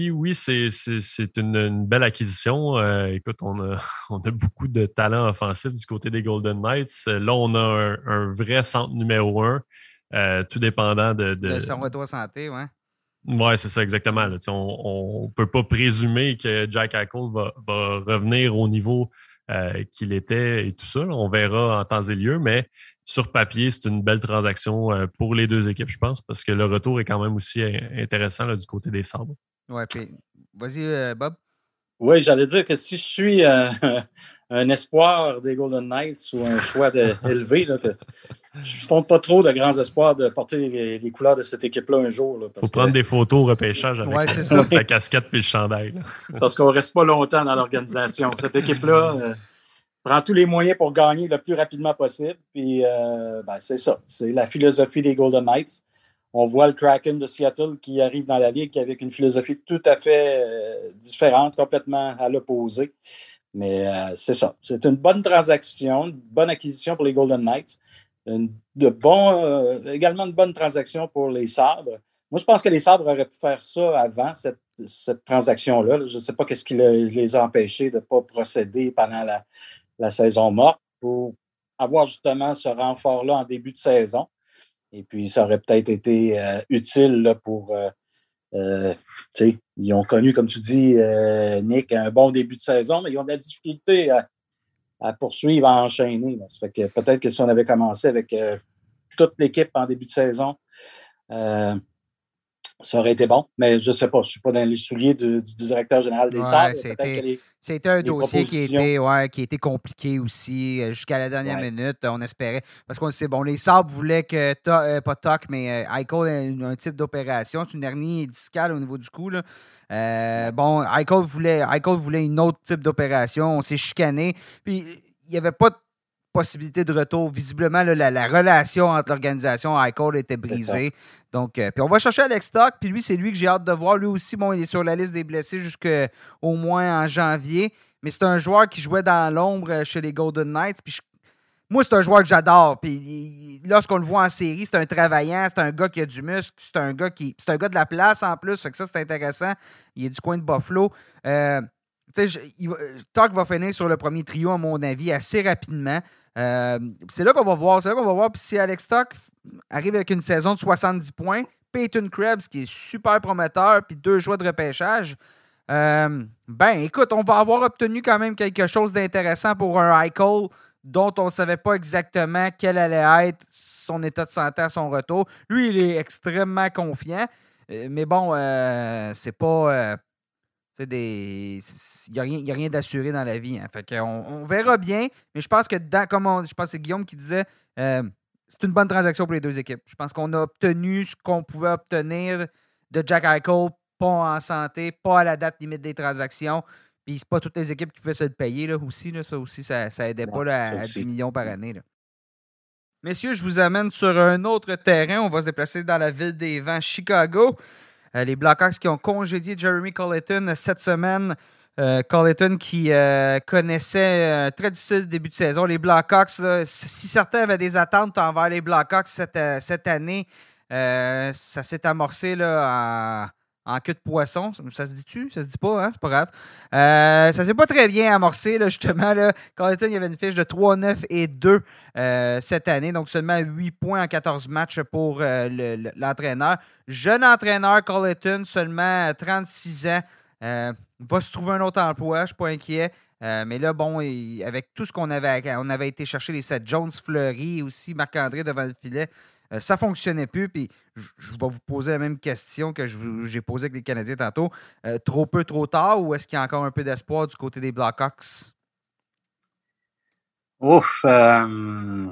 une belle acquisition. Écoute, on a beaucoup de talent offensif du côté des Golden Knights. Là, on a un vrai centre numéro 1, tout dépendant de son retour santé, ouais. Oui, c'est ça, exactement. Là. On ne peut pas présumer que Jack Eichel va revenir au niveau qu'il était et tout ça. Là. On verra en temps et lieu, mais sur papier, c'est une belle transaction pour les deux équipes, je pense, parce que le retour est quand même aussi intéressant là, du côté des Sabres. Oui, puis vas-y, Bob. Oui, j'allais dire que si je suis un espoir des Golden Knights ou un choix élevé, là, que je ne compte pas trop de grands espoirs de porter les couleurs de cette équipe-là un jour. Il faut prendre des photos au repêchage avec la casquette et le chandail. Là. Parce qu'on ne reste pas longtemps dans l'organisation. Cette équipe-là prend tous les moyens pour gagner le plus rapidement possible. Puis, c'est ça. C'est la philosophie des Golden Knights. On voit le Kraken de Seattle qui arrive dans la Ligue avec une philosophie tout à fait différente, complètement à l'opposé. Mais c'est ça. C'est une bonne transaction, une bonne acquisition pour les Golden Knights. Également une bonne transaction pour les Sabres. Moi, je pense que les Sabres auraient pu faire ça avant cette transaction-là. Je ne sais pas ce qui les a empêchés de ne pas procéder pendant la saison morte pour avoir justement ce renfort-là en début de saison. Et puis, ça aurait peut-être été utile là, pour... ils ont connu, comme tu dis, Nick, un bon début de saison, mais ils ont de la difficulté à poursuivre, à enchaîner. Là. Ça fait que peut-être que si on avait commencé avec toute l'équipe en début de saison, ça aurait été bon. Mais je ne sais pas, je ne suis pas dans les souliers du directeur général des Sabres. C'était un dossier qui était compliqué aussi jusqu'à la dernière minute, on espérait. Parce qu'on sait, bon, les Sabres voulaient que, pas Tuck, mais Eichel ait un type d'opération. C'est une hernie discale au niveau du cou. Là. Eichel voulait une autre type d'opération. On s'est chicané. Puis, il n'y avait pas de possibilité de retour. Visiblement, là, la relation entre l'organisation et Eichel était brisée. Donc, puis on va chercher Alex Stock, puis lui, c'est lui que j'ai hâte de voir. Lui aussi, bon, il est sur la liste des blessés jusqu'au moins en janvier. Mais c'est un joueur qui jouait dans l'ombre chez les Golden Knights. Puis moi, c'est un joueur que j'adore. Puis lorsqu'on le voit en série, c'est un travaillant, c'est un gars qui a du muscle, c'est un gars de la place en plus. Fait que ça, c'est intéressant. Il est du coin de Buffalo. Tuck va finir sur le premier trio, à mon avis, assez rapidement. C'est là qu'on va voir. Puis si Alex Tuck arrive avec une saison de 70 points, Peyton Krebs, qui est super prometteur, puis 2 choix de repêchage, écoute, on va avoir obtenu quand même quelque chose d'intéressant pour un Eichel dont on ne savait pas exactement quel allait être son état de santé à son retour. Lui, il est extrêmement confiant. Mais bon, c'est pas... il n'y a rien d'assuré dans la vie. Hein. Fait on verra bien, mais je pense que je pense que c'est Guillaume qui disait c'est une bonne transaction pour les deux équipes. Je pense qu'on a obtenu ce qu'on pouvait obtenir de Jack Eichel, pas en santé, pas à la date limite des transactions. Puis c'est pas toutes les équipes qui pouvaient se le payer là, aussi. Là, ça aussi, ça aidait pas là, à 10 millions par année. Là. Messieurs, je vous amène sur un autre terrain. On va se déplacer dans la ville des Vents, Chicago. Les Blackhawks qui ont congédié Jeremy Colliton cette semaine. Colliton qui connaissait un très difficile début de saison. Les Blackhawks, là, si certains avaient des attentes envers les Blackhawks cette année, ça s'est amorcé là, en queue de poisson. Ça se dit-tu? Ça se dit pas, hein? C'est pas grave. Ça s'est pas très bien amorcé, là, justement. Là. Colleton, il y avait une fiche de 3-9-2 cette année, donc seulement 8 points en 14 matchs pour l'entraîneur. Jeune entraîneur, Colleton, seulement 36 ans. Va se trouver un autre emploi, je ne suis pas inquiet. Mais là, bon, avec tout ce qu'on avait été chercher, les Seth Jones, Fleury, aussi Marc-André devant le filet, ça ne fonctionnait plus. Puis je vais vous poser la même question que j'ai posée avec les Canadiens tantôt. Trop peu, trop tard, ou est-ce qu'il y a encore un peu d'espoir du côté des Blackhawks? Ouf! Je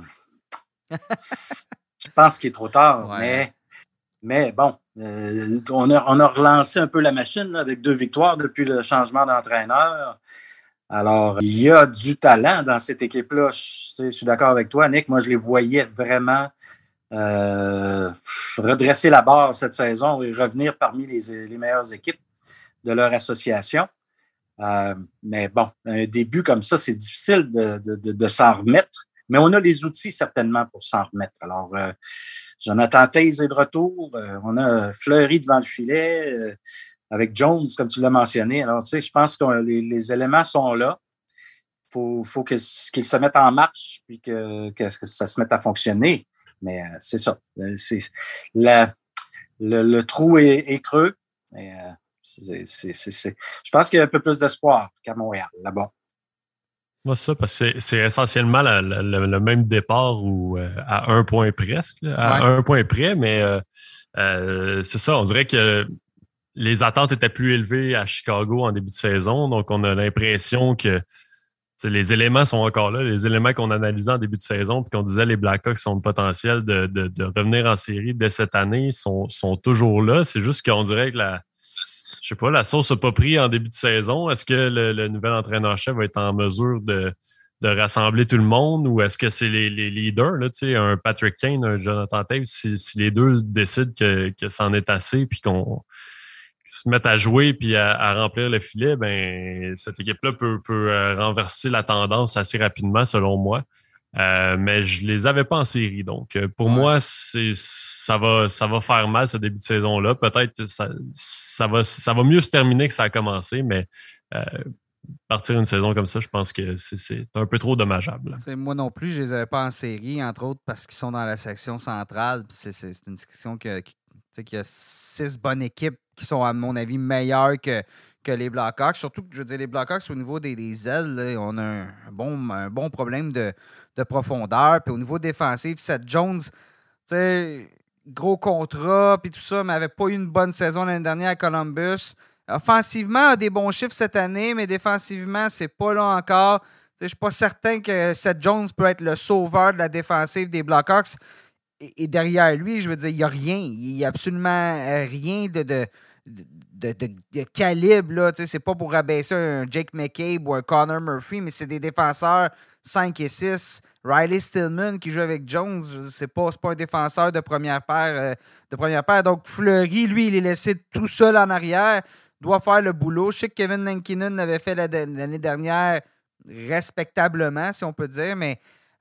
pense qu'il est trop tard, ouais. mais bon, on a relancé un peu la machine là, avec 2 victoires depuis le changement d'entraîneur. Alors, il y a du talent dans cette équipe-là. Je suis d'accord avec toi, Nick. Moi, je les voyais vraiment redresser la barre cette saison et revenir parmi les meilleures équipes de leur association. Mais bon, un début comme ça, c'est difficile de s'en remettre. Mais on a les outils certainement pour s'en remettre. Alors, Jonathan Toews est de retour. On a Fleury devant le filet. Avec Jones, comme tu l'as mentionné. Alors, tu sais, je pense que les éléments sont là. Il faut qu'ils se mettent en marche puis que ça se mette à fonctionner. Mais c'est ça. Le trou est creux. Mais, je pense qu'il y a un peu plus d'espoir qu'à Montréal, là-bas. Moi, ça, parce que c'est essentiellement le même départ où, à un point presque, là, à un point près, mais c'est ça, on dirait que les attentes étaient plus élevées à Chicago en début de saison, donc on a l'impression que les éléments sont encore là, les éléments qu'on analysait en début de saison, puis qu'on disait les Blackhawks ont le potentiel de revenir en série dès cette année, sont toujours là. C'est juste qu'on dirait que la sauce n'a pas pris en début de saison. Est-ce que le nouvel entraîneur-chef va être en mesure de rassembler tout le monde, ou est-ce que c'est les leaders, là, un Patrick Kane, un Jonathan Toews, si les deux décident que c'en est assez, puis qu'on se mettent à jouer puis à remplir le filet, ben cette équipe-là peut renverser la tendance assez rapidement, selon moi. Mais je les avais pas en série. Donc, pour moi, ça va faire mal ce début de saison-là. Peut-être ça va mieux se terminer que ça a commencé, mais partir une saison comme ça, je pense que c'est un peu trop dommageable. Moi non plus, je les avais pas en série, entre autres parce qu'ils sont dans la section centrale. C'est une discussion qu'il y a 6 bonnes équipes qui sont, à mon avis, meilleures que les Blackhawks. Surtout que, je veux dire, les Blackhawks, au niveau des ailes, là, on a un bon problème de profondeur. Puis au niveau défensif, Seth Jones, gros contrat, puis tout ça, mais n'avait pas eu une bonne saison l'année dernière à Columbus. Offensivement, a des bons chiffres cette année, mais défensivement, c'est pas là encore. Je ne suis pas certain que Seth Jones peut être le sauveur de la défensive des Blackhawks. Et derrière lui, je veux dire, il n'y a rien. Il n'y a absolument rien de calibre. Là. C'est pas pour abaisser un Jake McCabe ou un Connor Murphy, mais c'est des défenseurs 5 et 6. Riley Stillman qui joue avec Jones, c'est pas un défenseur de première paire. Donc Fleury, lui, il est laissé tout seul en arrière. Doit faire le boulot. Je sais que Kevin Lankinen l'avait fait l'année dernière respectablement, si on peut dire, mais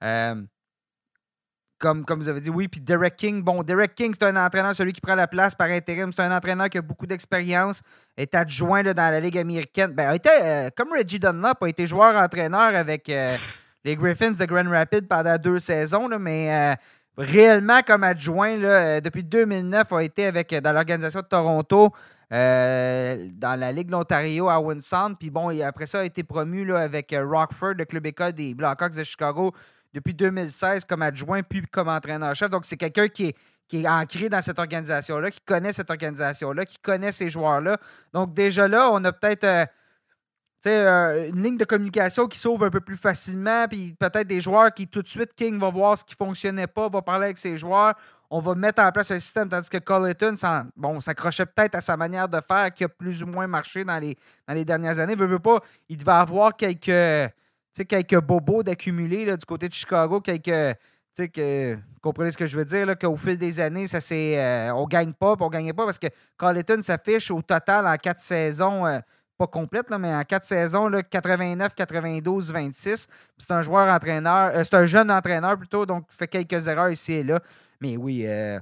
comme vous avez dit, oui, puis Derek King. Bon, Derek King, c'est un entraîneur, celui qui prend la place par intérim. C'est un entraîneur qui a beaucoup d'expérience, est adjoint là, dans la Ligue américaine. A été, comme Reggie Dunlop, a été joueur-entraîneur avec les Griffins de Grand Rapids pendant 2 saisons, là, mais réellement comme adjoint, là, depuis 2009, a été dans l'organisation de Toronto, dans la Ligue de l'Ontario à Winsound. Puis bon, après ça, a été promu là, avec Rockford, le club école des Blackhawks de Chicago, depuis 2016 comme adjoint, puis comme entraîneur-chef. Donc, c'est quelqu'un qui est ancré dans cette organisation-là, qui connaît cette organisation-là, qui connaît ces joueurs-là. Donc, déjà là, on a peut-être une ligne de communication qui s'ouvre un peu plus facilement, puis peut-être des joueurs qui, tout de suite, King va voir ce qui ne fonctionnait pas, va parler avec ses joueurs. On va mettre en place un système, tandis que Colleton, s'accrochait peut-être à sa manière de faire qui a plus ou moins marché dans les dernières années. Veut pas, il devait avoir quelques bobos d'accumuler du côté de Chicago, comprenez ce que je veux dire, là, qu'au fil des années, ça c'est on gagne pas, puis on gagnait pas parce que Colleton s'affiche au total en 4 saisons, pas complètes, là, mais en 4 saisons, là, 89, 92, 26. C'est un joueur-entraîneur, c'est un jeune entraîneur plutôt, donc il fait quelques erreurs ici et là. Mais oui,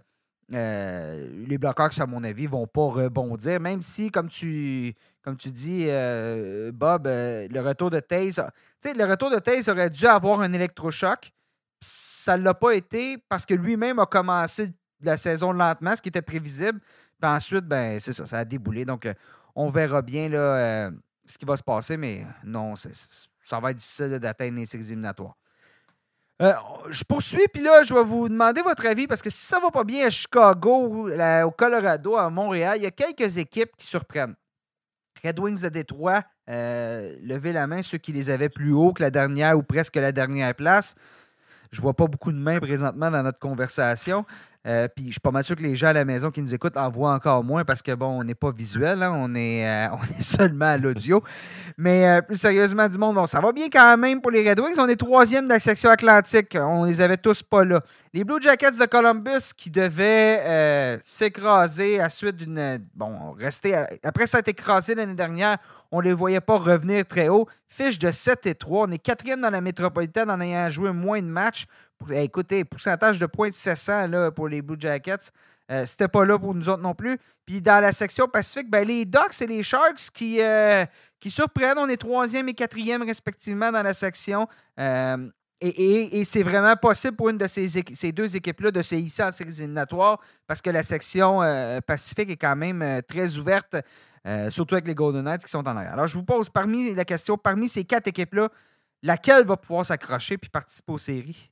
les Blackhawks, à mon avis, ne vont pas rebondir, même si, comme tu dis, Bob, le retour de Taze, le retour de Taze aurait dû avoir un électrochoc. Ça ne l'a pas été parce que lui-même a commencé la saison lentement, ce qui était prévisible. Puis ensuite, ben, c'est ça a déboulé. Donc, on verra bien là, ce qui va se passer, mais non, ça va être difficile là, d'atteindre les séries éliminatoires. Je poursuis, puis là, je vais vous demander votre avis, parce que si ça ne va pas bien à Chicago, au Colorado, à Montréal, il y a quelques équipes qui surprennent. Red Wings de Détroit, levez la main, ceux qui les avaient plus haut que la dernière ou presque la dernière place. Je ne vois pas beaucoup de mains présentement dans notre conversation. Puis je suis pas mal sûr que les gens à la maison qui nous écoutent en voient encore moins parce que, bon, on n'est pas visuel, hein, on est seulement à l'audio. Mais plus sérieusement du monde, bon, ça va bien quand même pour les Red Wings. On est 3e de la section Atlantique. On les avait tous pas là. Les Blue Jackets de Columbus qui devaient s'écraser à suite d'une... Bon, après ça a été écrasé l'année dernière, on ne les voyait pas revenir très haut. Fiche de 7-3. On est 4e dans la métropolitaine en ayant joué moins de matchs. Écoutez, pourcentage de points de 700 là, pour les Blue Jackets. C'était pas là pour nous autres non plus. Puis dans la section Pacifique, ben, les Ducks et les Sharks qui surprennent. On est 3e et 4e respectivement dans la section. Et c'est vraiment possible pour une de ces deux équipes-là de se hisser en séries éliminatoires parce que la section Pacifique est quand même très ouverte, surtout avec les Golden Knights qui sont en arrière. Alors, je vous pose parmi ces 4 équipes-là, laquelle va pouvoir s'accrocher puis participer aux séries?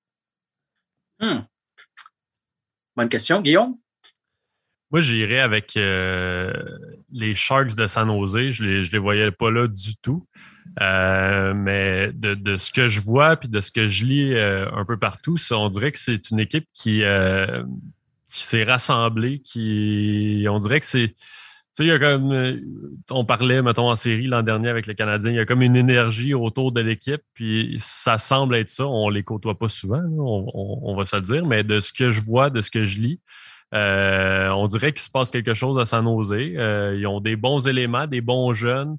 Bonne question, Guillaume. Moi, j'irais avec les Sharks de San Jose. Je les voyais pas là du tout. Mais de ce que je vois puis de ce que je lis un peu partout, on dirait que c'est une équipe qui s'est rassemblée. On dirait que c'est... Tu sais, il y a comme... On parlait, mettons, en série l'an dernier avec les Canadiens, il y a comme une énergie autour de l'équipe, puis ça semble être ça. On les côtoie pas souvent, on va se le dire, mais de ce que je vois, de ce que je lis, on dirait qu'il se passe quelque chose à San Jose. Ils ont des bons éléments, des bons jeunes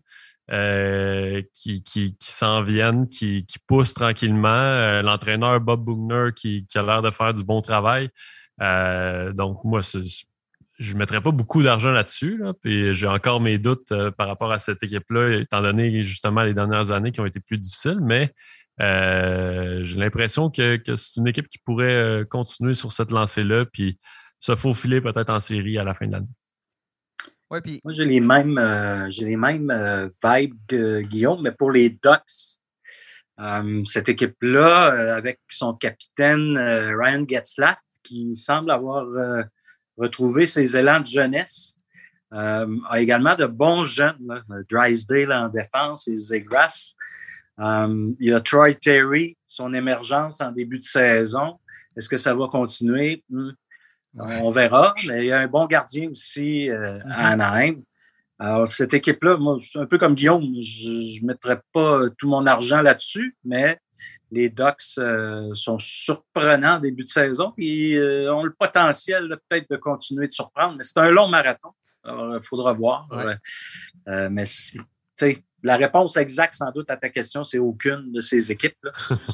qui s'en viennent, qui poussent tranquillement. L'entraîneur Bob Boughner qui a l'air de faire du bon travail. Donc, moi, je ne mettrais pas beaucoup d'argent là-dessus. Là, puis j'ai encore mes doutes par rapport à cette équipe-là, étant donné justement les dernières années qui ont été plus difficiles, mais j'ai l'impression que c'est une équipe qui pourrait continuer sur cette lancée-là puis se faufiler peut-être en série à la fin de l'année. Ouais, puis... Moi, j'ai les mêmes vibes que Guillaume, mais pour les Ducks, cette équipe-là, avec son capitaine Ryan Getzlaf, qui semble avoir retrouvé ses élans de jeunesse, a également de bons jeunes, là, Drysdale en défense et Zegras. Il y a Troy Terry, son émergence en début de saison. Est-ce que ça va continuer? On verra, mais il y a un bon gardien aussi à Anaheim. Alors, cette équipe-là, moi, un peu comme Guillaume, je ne mettrais pas tout mon argent là-dessus, mais les Ducks sont surprenants en début de saison et ont le potentiel là, peut-être de continuer de surprendre, mais c'est un long marathon. Alors, il faudra voir. Ouais. Mais tu sais, la réponse exacte, sans doute, à ta question, c'est aucune de ces équipes-là.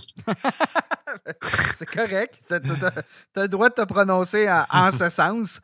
C'est correct. Tu as le droit de te prononcer en ce sens.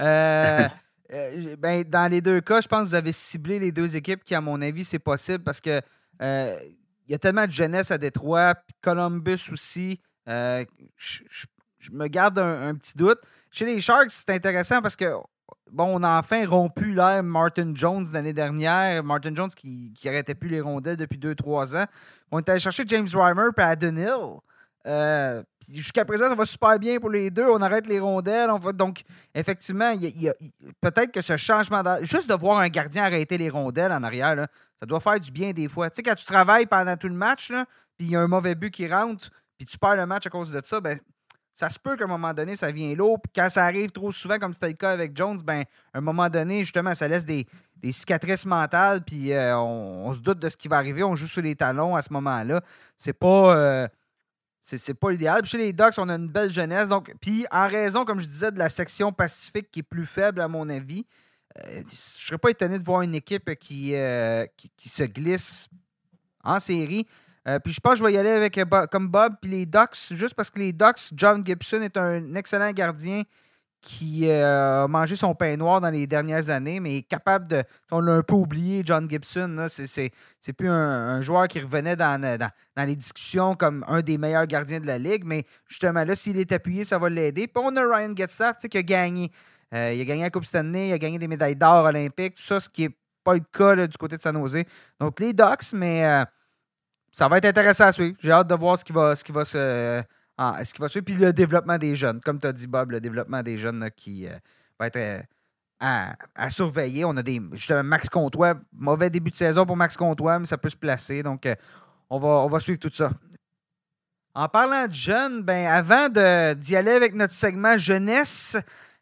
Ben, dans les deux cas, je pense que vous avez ciblé les deux équipes qui, à mon avis, c'est possible parce que il y a tellement de jeunesse à Détroit, puis Columbus aussi. Je me garde un petit doute. Chez les Sharks, c'est intéressant parce que bon, on a enfin rompu l'ère Martin Jones l'année dernière. Martin Jones qui arrêtait plus les rondelles depuis 2-3 ans. On est allé chercher James Reimer et Adden Hill. Jusqu'à présent, ça va super bien pour les deux. On arrête les rondelles. Donc, effectivement, peut-être que ce changement juste de voir un gardien arrêter les rondelles en arrière, là, ça doit faire du bien des fois. Tu sais, quand tu travailles pendant tout le match, puis il y a un mauvais but qui rentre, puis tu perds le match à cause de ça, ben ça se peut qu'à un moment donné, ça vient lourd. Puis quand ça arrive trop souvent, comme c'était le cas avec Jones, ben à un moment donné, justement, ça laisse des cicatrices mentales, puis on se doute de ce qui va arriver. On joue sur les talons à ce moment-là. C'est pas l'idéal. Puis chez les Ducks, on a une belle jeunesse. Donc, puis en raison, comme je disais, de la section Pacifique qui est plus faible, à mon avis, je ne serais pas étonné de voir une équipe qui se glisse en série. Puis je pense que je vais y aller avec comme Bob puis les Ducks, juste parce que les Ducks, John Gibson est un excellent gardien qui a mangé son pain noir dans les dernières années, mais est capable de... On l'a un peu oublié, John Gibson. Là, c'est plus un joueur qui revenait dans les discussions comme un des meilleurs gardiens de la Ligue, mais justement là, s'il est appuyé, ça va l'aider. Puis on a Ryan Getzlaf qui a gagné. Il a gagné la Coupe Stanley, il a gagné des médailles d'or olympiques, tout ça, ce qui n'est pas le cas là, du côté de San Jose. Donc les Ducks, mais ça va être intéressant à suivre. J'ai hâte de voir ce qui va suivre. Puis le développement des jeunes. Comme tu as dit, Bob, le développement des jeunes là, qui va être à surveiller. On a justement Max Comtois. Mauvais début de saison pour Max Comtois, mais ça peut se placer. Donc, on va suivre tout ça. En parlant de jeunes, avant d'y aller avec notre segment jeunesse,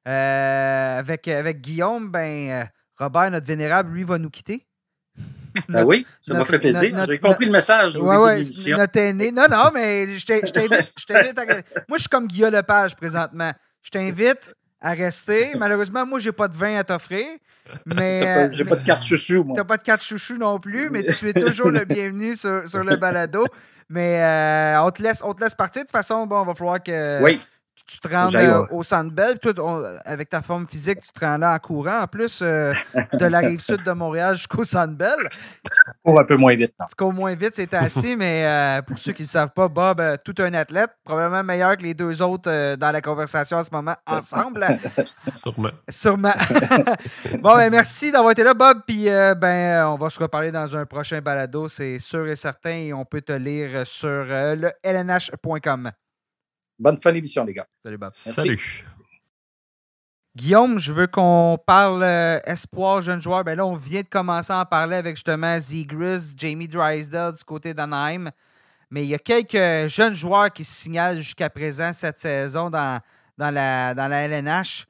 avec Guillaume, Robert, notre vénérable, lui, va nous quitter. Oui, ça m'a fait plaisir. J'ai compris le message. Oui, notre aîné. Non, mais je t'invite à... Moi, je suis comme Guillaume Lepage présentement. Je t'invite à rester. Malheureusement, moi, j'ai pas de vin à t'offrir. Mais j'ai pas de carte chouchou, moi. T'as pas de carte chouchou non plus, mais tu es toujours le bienvenu sur le balado. Mais on te laisse partir. De toute façon, on va falloir que... Oui. Tu te rends au Centre Bell, avec ta forme physique, tu te rends là en courant. En plus, de la rive sud de Montréal jusqu'au Centre Bell. Tu cours un peu moins vite. Tu cours moins vite, c'est assez, mais pour ceux qui ne le savent pas, Bob, tout un athlète, probablement meilleur que les deux autres dans la conversation en ce moment, ensemble. Sûrement. Bon, merci d'avoir été là, Bob. Puis, on va se reparler dans un prochain balado, c'est sûr et certain. Et on peut te lire sur le lnh.com. Bonne fin d'émission, les gars. Salut, Bob. Merci. Salut. Guillaume, je veux qu'on parle espoir, jeune joueur. Là, on vient de commencer à en parler avec justement Zegras, Jamie Drysdale du côté d'Anaheim. Mais il y a quelques jeunes joueurs qui se signalent jusqu'à présent cette saison dans la LNH.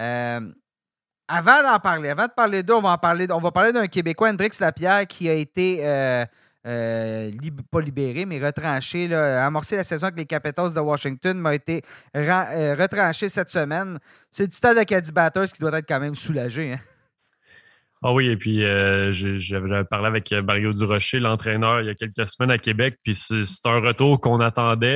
Avant de parler d'eux, on va parler d'un Québécois, Hendrix Lapierre, qui a été... pas libéré, mais retranché, là, amorcé la saison avec les Capitals de Washington, m'a été retranché cette semaine. C'est le Titan d'Acadie Batters qui doit être quand même soulagé. Hein? Ah oui, et puis j'avais parlé avec Mario Durocher, l'entraîneur, il y a quelques semaines à Québec, puis c'est un retour qu'on attendait.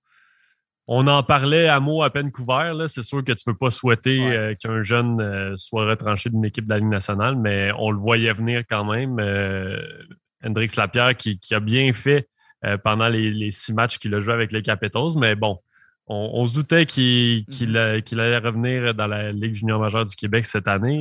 On en parlait à mots à peine couverts. Là. C'est sûr que tu ne peux pas souhaiter qu'un jeune soit retranché d'une équipe de la Ligue nationale, mais on le voyait venir quand même. Hendrix Lapierre qui a bien fait pendant les 6 matchs qu'il a joué avec les Capitals. Mais bon, on se doutait qu'il allait revenir dans la Ligue junior majeure du Québec cette année.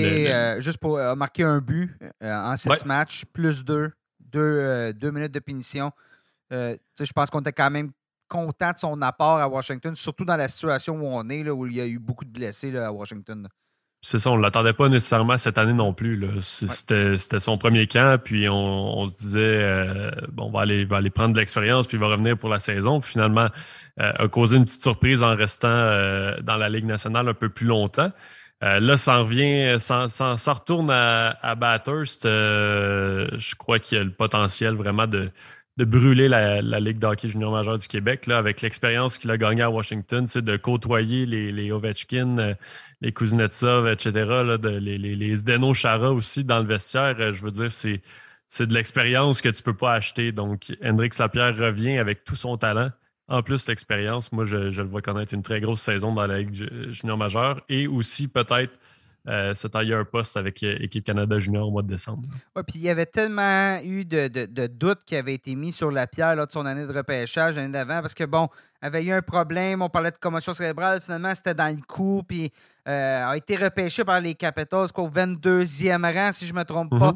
A marqué un but en 6 matchs, plus 2 minutes de punition. Je pense qu'on était quand même content de son apport à Washington, surtout dans la situation où on est, là, où il y a eu beaucoup de blessés là, à Washington. Là. C'est ça, on ne l'attendait pas nécessairement cette année non plus. Là. C'était son premier camp, puis on se disait on va aller prendre de l'expérience, puis il va revenir pour la saison. Puis finalement, a causé une petite surprise en restant dans la Ligue nationale un peu plus longtemps. Là, ça retourne à Bathurst. Je crois qu'il y a le potentiel vraiment de brûler la Ligue de hockey junior majeure du Québec, là, avec l'expérience qu'il a gagnée à Washington, de côtoyer les Ovechkin, les Kuznetsov, etc., là, les Zdeno Chara aussi dans le vestiaire. Je veux dire, c'est de l'expérience que tu ne peux pas acheter. Donc, Hendrix Lapierre revient avec tout son talent. En plus, l'expérience, moi, je le vois connaître une très grosse saison dans la Ligue junior majeure et aussi peut-être se tailler un poste avec Équipe Canada Junior au mois de décembre. Oui, puis il y avait tellement eu de doutes qui avaient été mis sur Lapierre lors de son année de repêchage, l'année d'avant, parce que, avait eu un problème, on parlait de commotion cérébrale, finalement, c'était dans le coup, puis a été repêché par les Capitals au 22e rang, si je ne me trompe pas.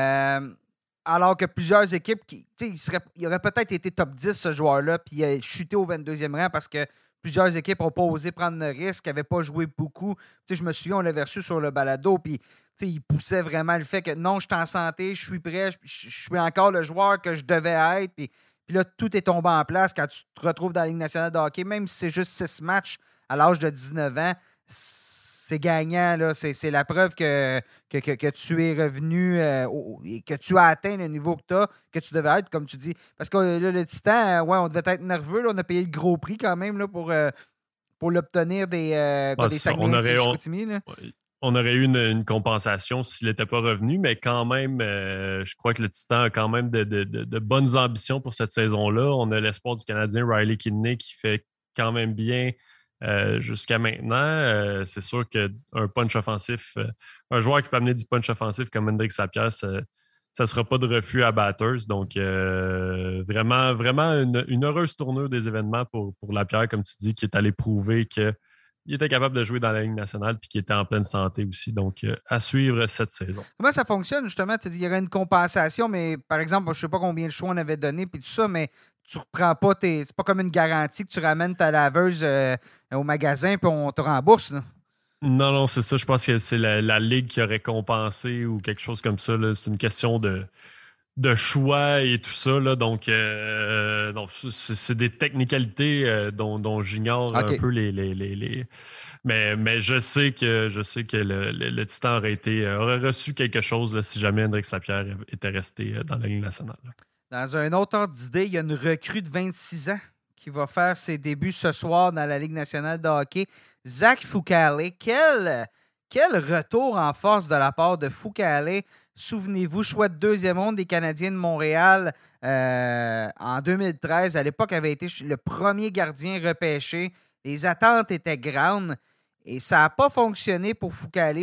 Alors que plusieurs équipes, il aurait peut-être été top 10, ce joueur-là, puis il a chuté au 22e rang parce que plusieurs équipes n'ont pas osé prendre le risque, n'avaient pas joué beaucoup. Je me souviens, on l'avait reçu sur le balado, puis il poussait vraiment le fait que non, je suis en santé, je suis prêt, je suis encore le joueur que je devais être. Puis là, tout est tombé en place quand tu te retrouves dans la Ligue nationale de hockey, même si c'est juste 6 matchs à l'âge de 19 ans, c'est gagnant. Là. C'est la preuve que tu es revenu et que tu as atteint le niveau que tu devais être, comme tu dis. Parce que là, le Titan, on devait être nerveux. Là, on a payé le gros prix quand même là, pour l'obtenir des Saguenay-Chicoutimi. On aurait eu une compensation s'il n'était pas revenu, mais quand même, je crois que le Titan a quand même de bonnes ambitions pour cette saison-là. On a l'espoir du Canadien Riley Kidney qui fait quand même bien jusqu'à maintenant. C'est sûr qu'un punch offensif, un joueur qui peut amener du punch offensif comme Hendrix Lapierre, ça ne sera pas de refus à batters. Donc, vraiment, vraiment une heureuse tournure des événements pour Lapierre, comme tu dis, qui est allé prouver qu'il était capable de jouer dans la Ligue nationale et qu'il était en pleine santé aussi. Donc, à suivre cette saison. Comment ça fonctionne, justement? Tu dis qu'il y aurait une compensation, mais par exemple, je ne sais pas combien de choix on avait donné puis tout ça, mais tu reprends pas c'est pas comme une garantie que tu ramènes ta laveuse au magasin puis on te rembourse, là. Non, c'est ça. Je pense que c'est la Ligue qui aurait compensé ou quelque chose comme ça. Là. C'est une question de choix et tout ça. Là. Donc, c'est des technicalités dont j'ignore un peu les... Mais je sais que le Titan aurait reçu quelque chose là, si jamais Hendrix Lapierre était resté dans la Ligue nationale. Dans un autre ordre d'idée, il y a une recrue de 26 ans qui va faire ses débuts ce soir dans la Ligue nationale de hockey. Zach Fucale. Quel retour en force de la part de Fucale. Souvenez-vous, choix de deuxième ronde des Canadiens de Montréal en 2013. À l'époque, avait été le premier gardien repêché. Les attentes étaient grandes et ça n'a pas fonctionné pour Fucale.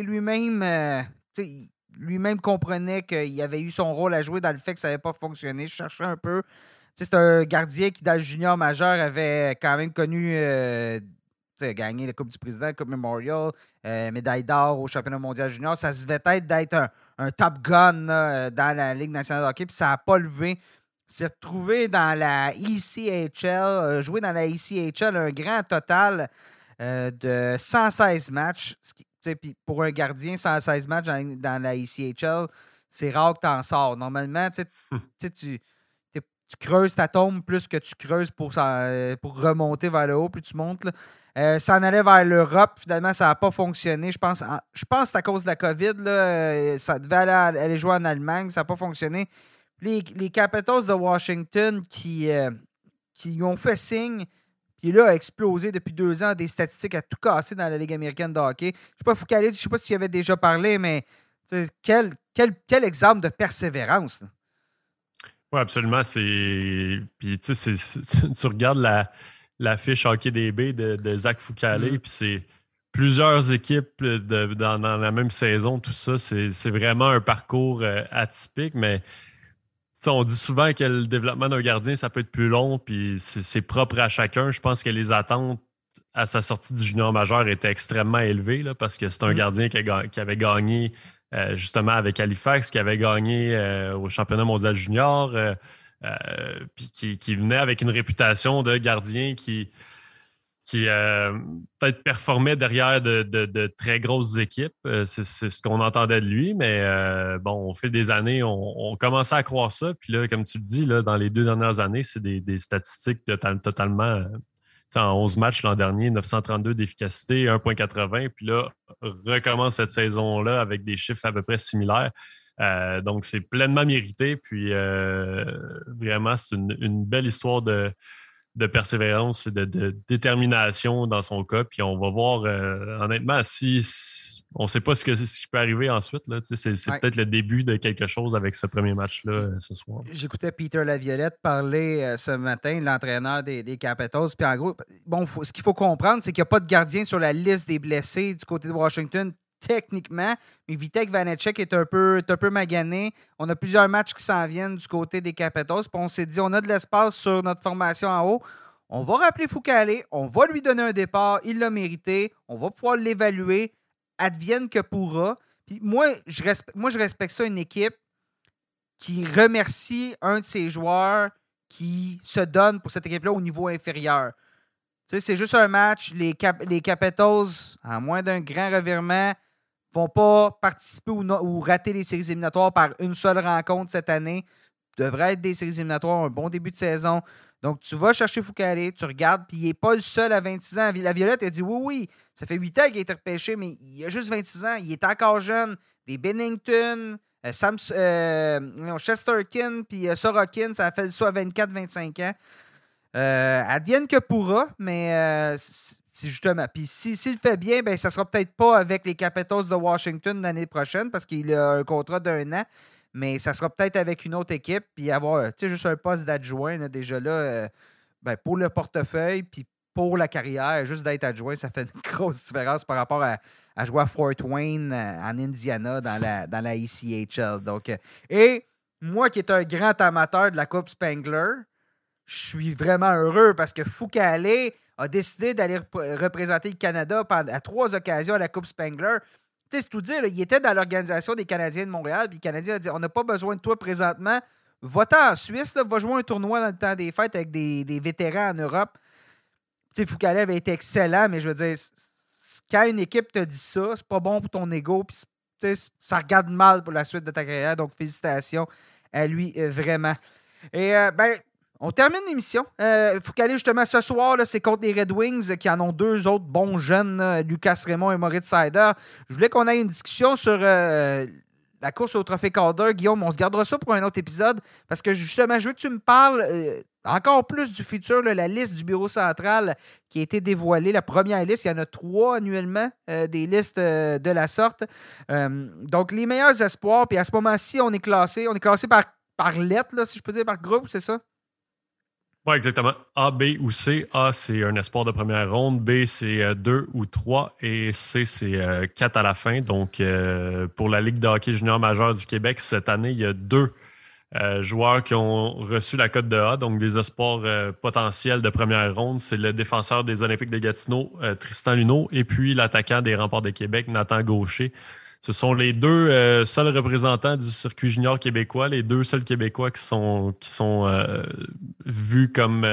Lui-même comprenait qu'il avait eu son rôle à jouer dans le fait que ça n'avait pas fonctionné. Je cherchais un peu. C'est un gardien qui, dans le junior majeur, avait quand même connu gagné la Coupe du Président, la Coupe Memorial, médaille d'or au championnat mondial junior. Ça se devait être d'être un top gun là, dans la Ligue nationale de hockey, puis ça n'a pas levé. S'est retrouvé dans la ECHL, joué dans la ECHL un grand total de 116 matchs. Puis pour un gardien, 116 matchs dans la ECHL, c'est rare que tu en sors. Normalement, tu creuses ta tombe plus que tu creuses pour remonter vers le haut, puis tu montes. Ça en allait vers l'Europe. Finalement, ça n'a pas fonctionné. Je pense que c'est à cause de la COVID. Là, ça devait aller jouer en Allemagne. Ça n'a pas fonctionné. Les Capitals de Washington qui ont fait signe, puis là, a explosé depuis 2 ans, des statistiques à tout casser dans la Ligue américaine de hockey. Je ne sais pas, Fucale, je ne sais pas si tu y avais déjà parlé, mais quel exemple de persévérance. Oui, absolument. Puis, tu sais, tu regardes la fiche Hockey DB de Zach Fucale, puis c'est plusieurs équipes dans la même saison, tout ça. C'est vraiment un parcours atypique, mais on dit souvent que le développement d'un gardien, ça peut être plus long, puis c'est propre à chacun. Je pense que les attentes à sa sortie du junior majeur étaient extrêmement élevées, là, parce que c'est un gardien qui avait gagné justement avec Halifax, qui avait gagné au championnat mondial junior, puis qui venait avec une réputation de gardien qui peut-être performait derrière de très grosses équipes. C'est ce qu'on entendait de lui, mais au fil des années, on commençait à croire ça. Puis là, comme tu le dis, là, dans les 2 dernières années, c'est des statistiques totalement... en 11 matchs l'an dernier, 932 d'efficacité, 1,80. Puis là, recommence cette saison-là avec des chiffres à peu près similaires. Donc, c'est pleinement mérité. Puis, vraiment, c'est une belle histoire de persévérance et de détermination dans son cas. Puis on va voir, honnêtement, si on ne sait pas ce qui peut arriver ensuite. Là, c'est peut-être le début de quelque chose avec ce premier match-là ce soir. J'écoutais Peter Laviolette parler ce matin, l'entraîneur des Capitals. Puis en gros, ce qu'il faut comprendre, c'est qu'il n'y a pas de gardien sur la liste des blessés du côté de Washington. Techniquement, mais Vitek Vanecek est un peu magané. On a plusieurs matchs qui s'en viennent du côté des Capitals. Puis on s'est dit, on a de l'espace sur notre formation en haut. On va rappeler Fucale, on va lui donner un départ. Il l'a mérité. On va pouvoir l'évaluer. Advienne que pourra. Puis moi, je respecte ça, une équipe qui remercie un de ses joueurs qui se donne pour cette équipe-là au niveau inférieur. Tu sais, c'est juste un match. Les Capitals, à moins d'un grand revirement, vont pas participer ou rater les séries éliminatoires par une seule rencontre cette année. Devrait être des séries éliminatoires, un bon début de saison. Donc, tu vas chercher Fucale, tu regardes, puis il n'est pas le seul à 26 ans. La Violette a dit oui, ça fait 8 ans qu'il a été repêché, mais il a juste 26 ans. Il est encore jeune. Des Bennington, Chesterkin, puis Sorokin, ça a fait ça à 24-25 ans. Advienne que pourra, mais c'est justement. Puis s'il le fait bien, ben ça sera peut-être pas avec les Capitals de Washington l'année prochaine parce qu'il a un contrat d'1 an, mais ça sera peut-être avec une autre équipe puis avoir juste un poste d'adjoint là, déjà là pour le portefeuille puis pour la carrière. Juste d'être adjoint, ça fait une grosse différence par rapport à jouer à Fort Wayne, en Indiana, dans la ECHL. Donc, et moi qui est un grand amateur de la Coupe Spengler, je suis vraiment heureux parce que Foucalé a décidé d'aller représenter le Canada à 3 occasions à la Coupe Spengler. Tu sais, c'est tout dire, là, il était dans l'organisation des Canadiens de Montréal, puis le Canadien a dit, on n'a pas besoin de toi présentement. Va-t'en en Suisse, là, va jouer un tournoi dans le temps des fêtes avec des vétérans en Europe. Tu sais, Foucalé avait été excellent, mais je veux dire, quand une équipe te dit ça, c'est pas bon pour ton ego, puis ça regarde mal pour la suite de ta carrière. Donc, félicitations à lui, vraiment. Et on termine l'émission. Foucalé, justement, ce soir, là, c'est contre les Red Wings qui en ont 2 autres bons jeunes, Lucas Raymond et Moritz Seider. Je voulais qu'on ait une discussion sur la course au Trophée Calder. Guillaume, on se gardera ça pour un autre épisode parce que, justement, je veux que tu me parles encore plus du futur, là, la liste du bureau central qui a été dévoilée. La première liste, il y en a 3 annuellement, des listes de la sorte. Donc, les meilleurs espoirs. Puis à ce moment-ci, on est classé par lettre, là, si je peux dire, par groupe, c'est ça? Oui, exactement. A, B ou C. A, c'est un espoir de première ronde. B, c'est 2 ou 3. Et C, c'est 4 à la fin. Donc, pour la Ligue de hockey junior majeur du Québec, cette année, il y a 2 joueurs qui ont reçu la cote de A, donc des espoirs potentiels de première ronde. C'est le défenseur des Olympiques de Gatineau, Tristan Luneau, et puis l'attaquant des Remparts de Québec, Nathan Gaucher. Ce sont les 2 seuls représentants du circuit junior québécois, les 2 seuls Québécois qui sont vus comme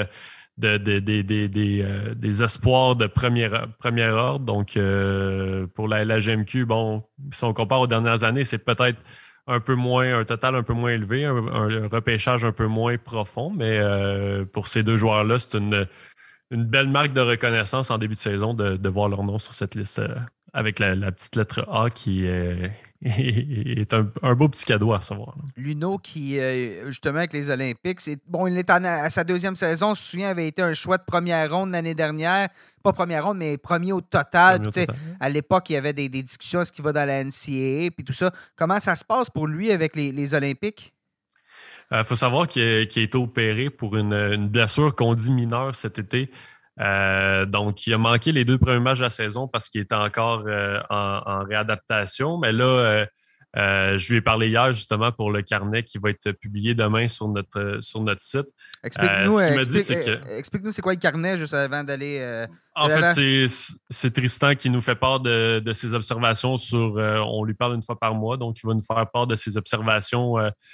des espoirs de premier ordre. Donc, pour la LHMQ, bon, si on compare aux dernières années, c'est peut-être un total un peu moins élevé, un repêchage un peu moins profond, mais pour ces 2 joueurs-là, c'est une belle marque de reconnaissance en début de saison de voir leur nom sur cette liste avec la petite lettre A qui est un beau petit cadeau à recevoir. Luneau qui, justement, avec les Olympiques, il est à sa 2e saison, on se souvient, avait été un choix de première ronde l'année dernière. Pas première ronde, mais premier au total. À l'époque, il y avait des discussions, est-ce qu'il va dans la NCAA, puis tout ça. Comment ça se passe pour lui avec les Olympiques? Faut savoir qu'il a été opéré pour une blessure qu'on dit mineure cet été. Donc, il a manqué les 2 premiers matchs de la saison parce qu'il était encore en réadaptation. Mais là, je lui ai parlé hier justement pour le carnet qui va être publié demain sur notre site. Explique-nous c'est quoi le carnet juste avant d'aller... En fait, c'est Tristan qui nous fait part de ses observations on lui parle une fois par mois, donc il va nous faire part de ses observations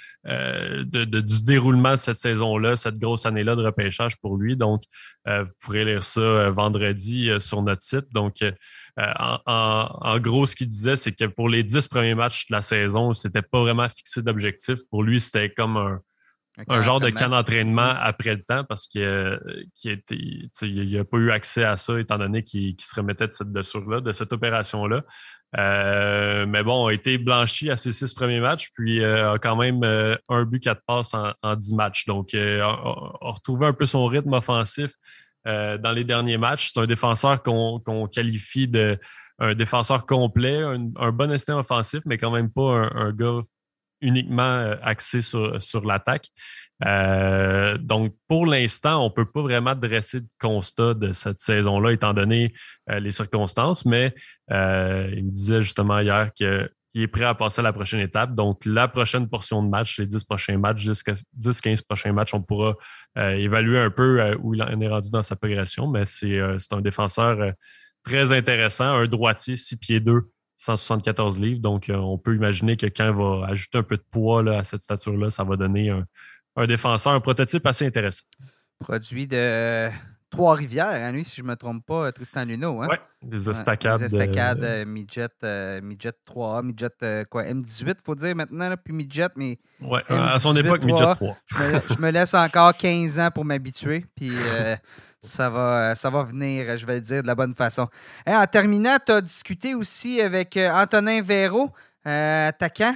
du déroulement de cette saison-là, cette grosse année-là de repêchage pour lui. Donc, vous pourrez lire ça vendredi sur notre site. Donc, en gros, ce qu'il disait, c'est que pour les 10 premiers matchs de la saison, c'était pas vraiment fixé d'objectif. Pour lui, c'était comme un genre de camp d'entraînement après le temps parce qu'il n'a pas eu accès à ça étant donné qu'il se remettait de cette blessure-là, de cette opération-là. Mais bon, a été blanchi à ses 6 premiers matchs, puis a quand même 1 but, 4 passes en 10 matchs. Donc, a retrouvé un peu son rythme offensif dans les derniers matchs. C'est un défenseur qu'on qualifie de un défenseur complet, un bon instinct offensif, mais quand même pas un gars uniquement axé sur l'attaque. Donc, pour l'instant, on ne peut pas vraiment dresser de constat de cette saison-là, étant donné les circonstances, mais il me disait justement hier qu'il est prêt à passer à la prochaine étape. Donc, la prochaine portion de match, les 10 prochains matchs, jusqu'à 10-15 prochains matchs, on pourra évaluer un peu où il en est rendu dans sa progression, mais c'est un défenseur très intéressant, un droitier, 6 pieds 2, 174 livres. Donc, on peut imaginer que quand il va ajouter un peu de poids là, à cette stature-là, ça va donner un défenseur, un prototype assez intéressant. Produit de Trois-Rivières, lui, si je ne me trompe pas, Tristan Luneau. Hein? Oui, des estacades. Des estacades, midget 3A, midget M18, il faut dire maintenant, là, puis midget, mais. Oui, à son époque, midget 3. Je me laisse encore 15 ans pour m'habituer, puis. Ça va venir, je vais le dire de la bonne façon. En terminant, tu as discuté aussi avec Antonin Véro, attaquant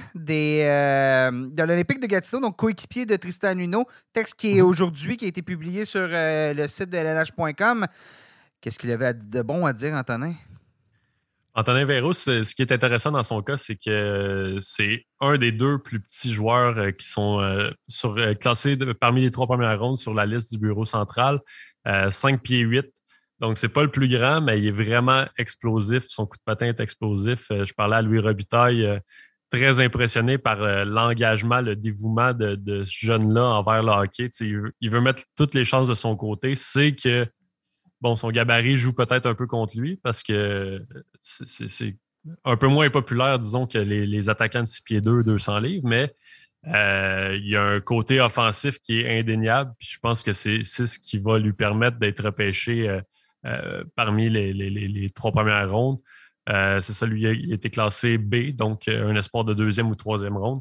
de l'Olympique de Gatineau, donc coéquipier de Tristan Luneau. Texte qui est aujourd'hui, qui a été publié sur le site de LNH.com. Qu'est-ce qu'il avait de bon à dire, Antonin? Antonin Véro, ce qui est intéressant dans son cas, c'est que c'est un des 2 plus petits joueurs qui sont classés parmi les 3 premières rondes sur la liste du bureau central. 5 pieds 8, Donc, c'est pas le plus grand, mais il est vraiment explosif. Son coup de patin est explosif. Je parlais à Louis Robitaille, très impressionné par l'engagement, le dévouement de ce jeune-là envers le hockey. Il veut mettre toutes les chances de son côté. C'est que son gabarit joue peut-être un peu contre lui parce que c'est un peu moins populaire, disons, que les attaquants de 6 pieds 2, 200 livres, mais il y a un côté offensif qui est indéniable. Puis je pense que c'est ce qui va lui permettre d'être repêché parmi les 3 premières rondes. C'est ça, lui, il a été classé B, donc un espoir de 2e ou 3e ronde.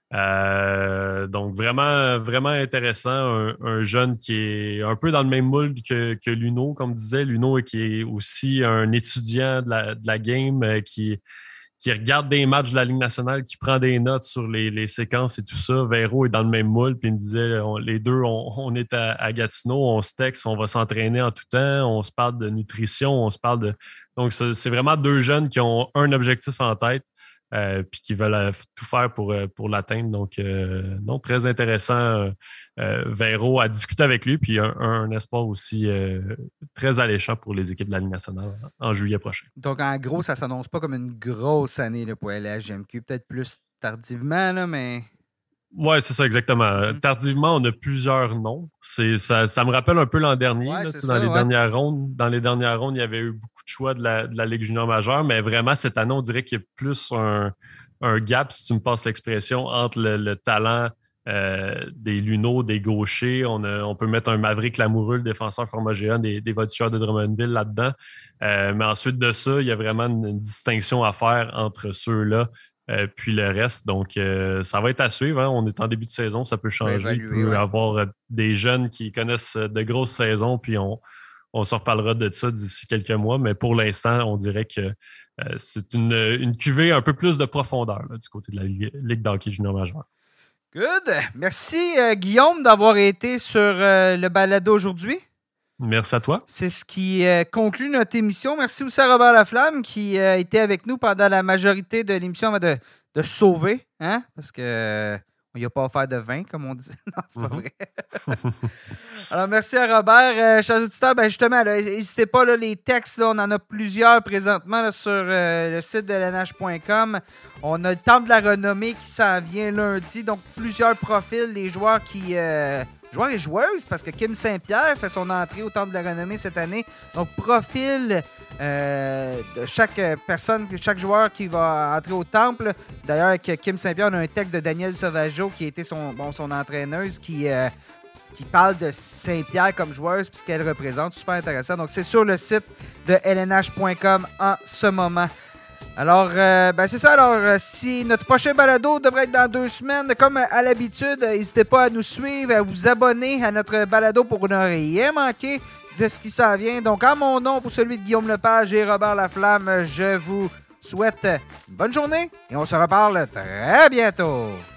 Donc, vraiment, vraiment intéressant. Un jeune qui est un peu dans le même moule que Luno, comme disait. Luno, qui est aussi un étudiant de la game, qui regarde des matchs de la Ligue nationale, qui prend des notes sur les séquences et tout ça. Véro est dans le même moule, puis il me disait, les deux, on est à Gatineau, on se texte, on va s'entraîner en tout temps, on se parle de nutrition, on se parle de... Donc, c'est vraiment 2 jeunes qui ont un objectif en tête, puis qui veulent tout faire pour l'atteindre. Donc, non, très intéressant. Véro a discuté avec lui, puis un espoir aussi très alléchant pour les équipes de la Ligue nationale en juillet prochain. Donc, en gros, ça ne s'annonce pas comme une grosse année là, pour la GMQ. Peut-être plus tardivement, là, mais... Oui, c'est ça, exactement. Tardivement, on a plusieurs noms. Ça me rappelle un peu l'an dernier. Ouais, là, ça, dernières rondes. Dans les dernières rondes, il y avait eu beaucoup de choix de la Ligue junior majeure, mais vraiment, cette année, on dirait qu'il y a plus un gap, si tu me passes l'expression, entre le talent des Luno, des gauchers. On peut mettre un Maverick Lamoureux, le défenseur formagéen des Voltigeurs de Drummondville là-dedans. Mais ensuite de ça, il y a vraiment une distinction à faire entre ceux-là puis le reste. Donc, ça va être à suivre. Hein. On est en début de saison, ça peut changer. Il peut y avoir des jeunes qui connaissent de grosses saisons, puis on se reparlera de ça d'ici quelques mois. Mais pour l'instant, on dirait que c'est une cuvée un peu plus de profondeur là, du côté de la Ligue d'hockey junior majeur. Good. Merci, Guillaume, d'avoir été sur le balado aujourd'hui. Merci à toi. C'est ce qui conclut notre émission. Merci aussi à Robert Laflamme qui était avec nous pendant la majorité de l'émission avant de se sauver. Hein? Parce que on n'y a pas offert de vin, comme on dit. Non, c'est pas vrai. Alors, merci à Robert. Chers auditeurs, justement, n'hésitez pas, là, les textes, là, on en a plusieurs présentement là, sur le site de LNH.com. On a le Temple de la renommée qui s'en vient lundi. Donc, plusieurs profils, les joueurs qui... joueurs et joueuses, parce que Kim Saint-Pierre fait son entrée au Temple de la renommée cette année. Donc, profil de chaque personne, chaque joueur qui va entrer au Temple. D'ailleurs, avec Kim Saint-Pierre, on a un texte de Danielle Sauvageau qui a été son entraîneuse qui parle de Saint-Pierre comme joueuse puis ce qu'elle représente. Super intéressant. Donc, c'est sur le site de lnh.com en ce moment. Alors, c'est ça. Alors, si notre prochain balado devrait être dans 2 semaines, comme à l'habitude, n'hésitez pas à nous suivre, à vous abonner à notre balado pour ne rien manquer de ce qui s'en vient. Donc, en mon nom, pour celui de Guillaume Lepage et Robert Laflamme, je vous souhaite une bonne journée et on se reparle très bientôt.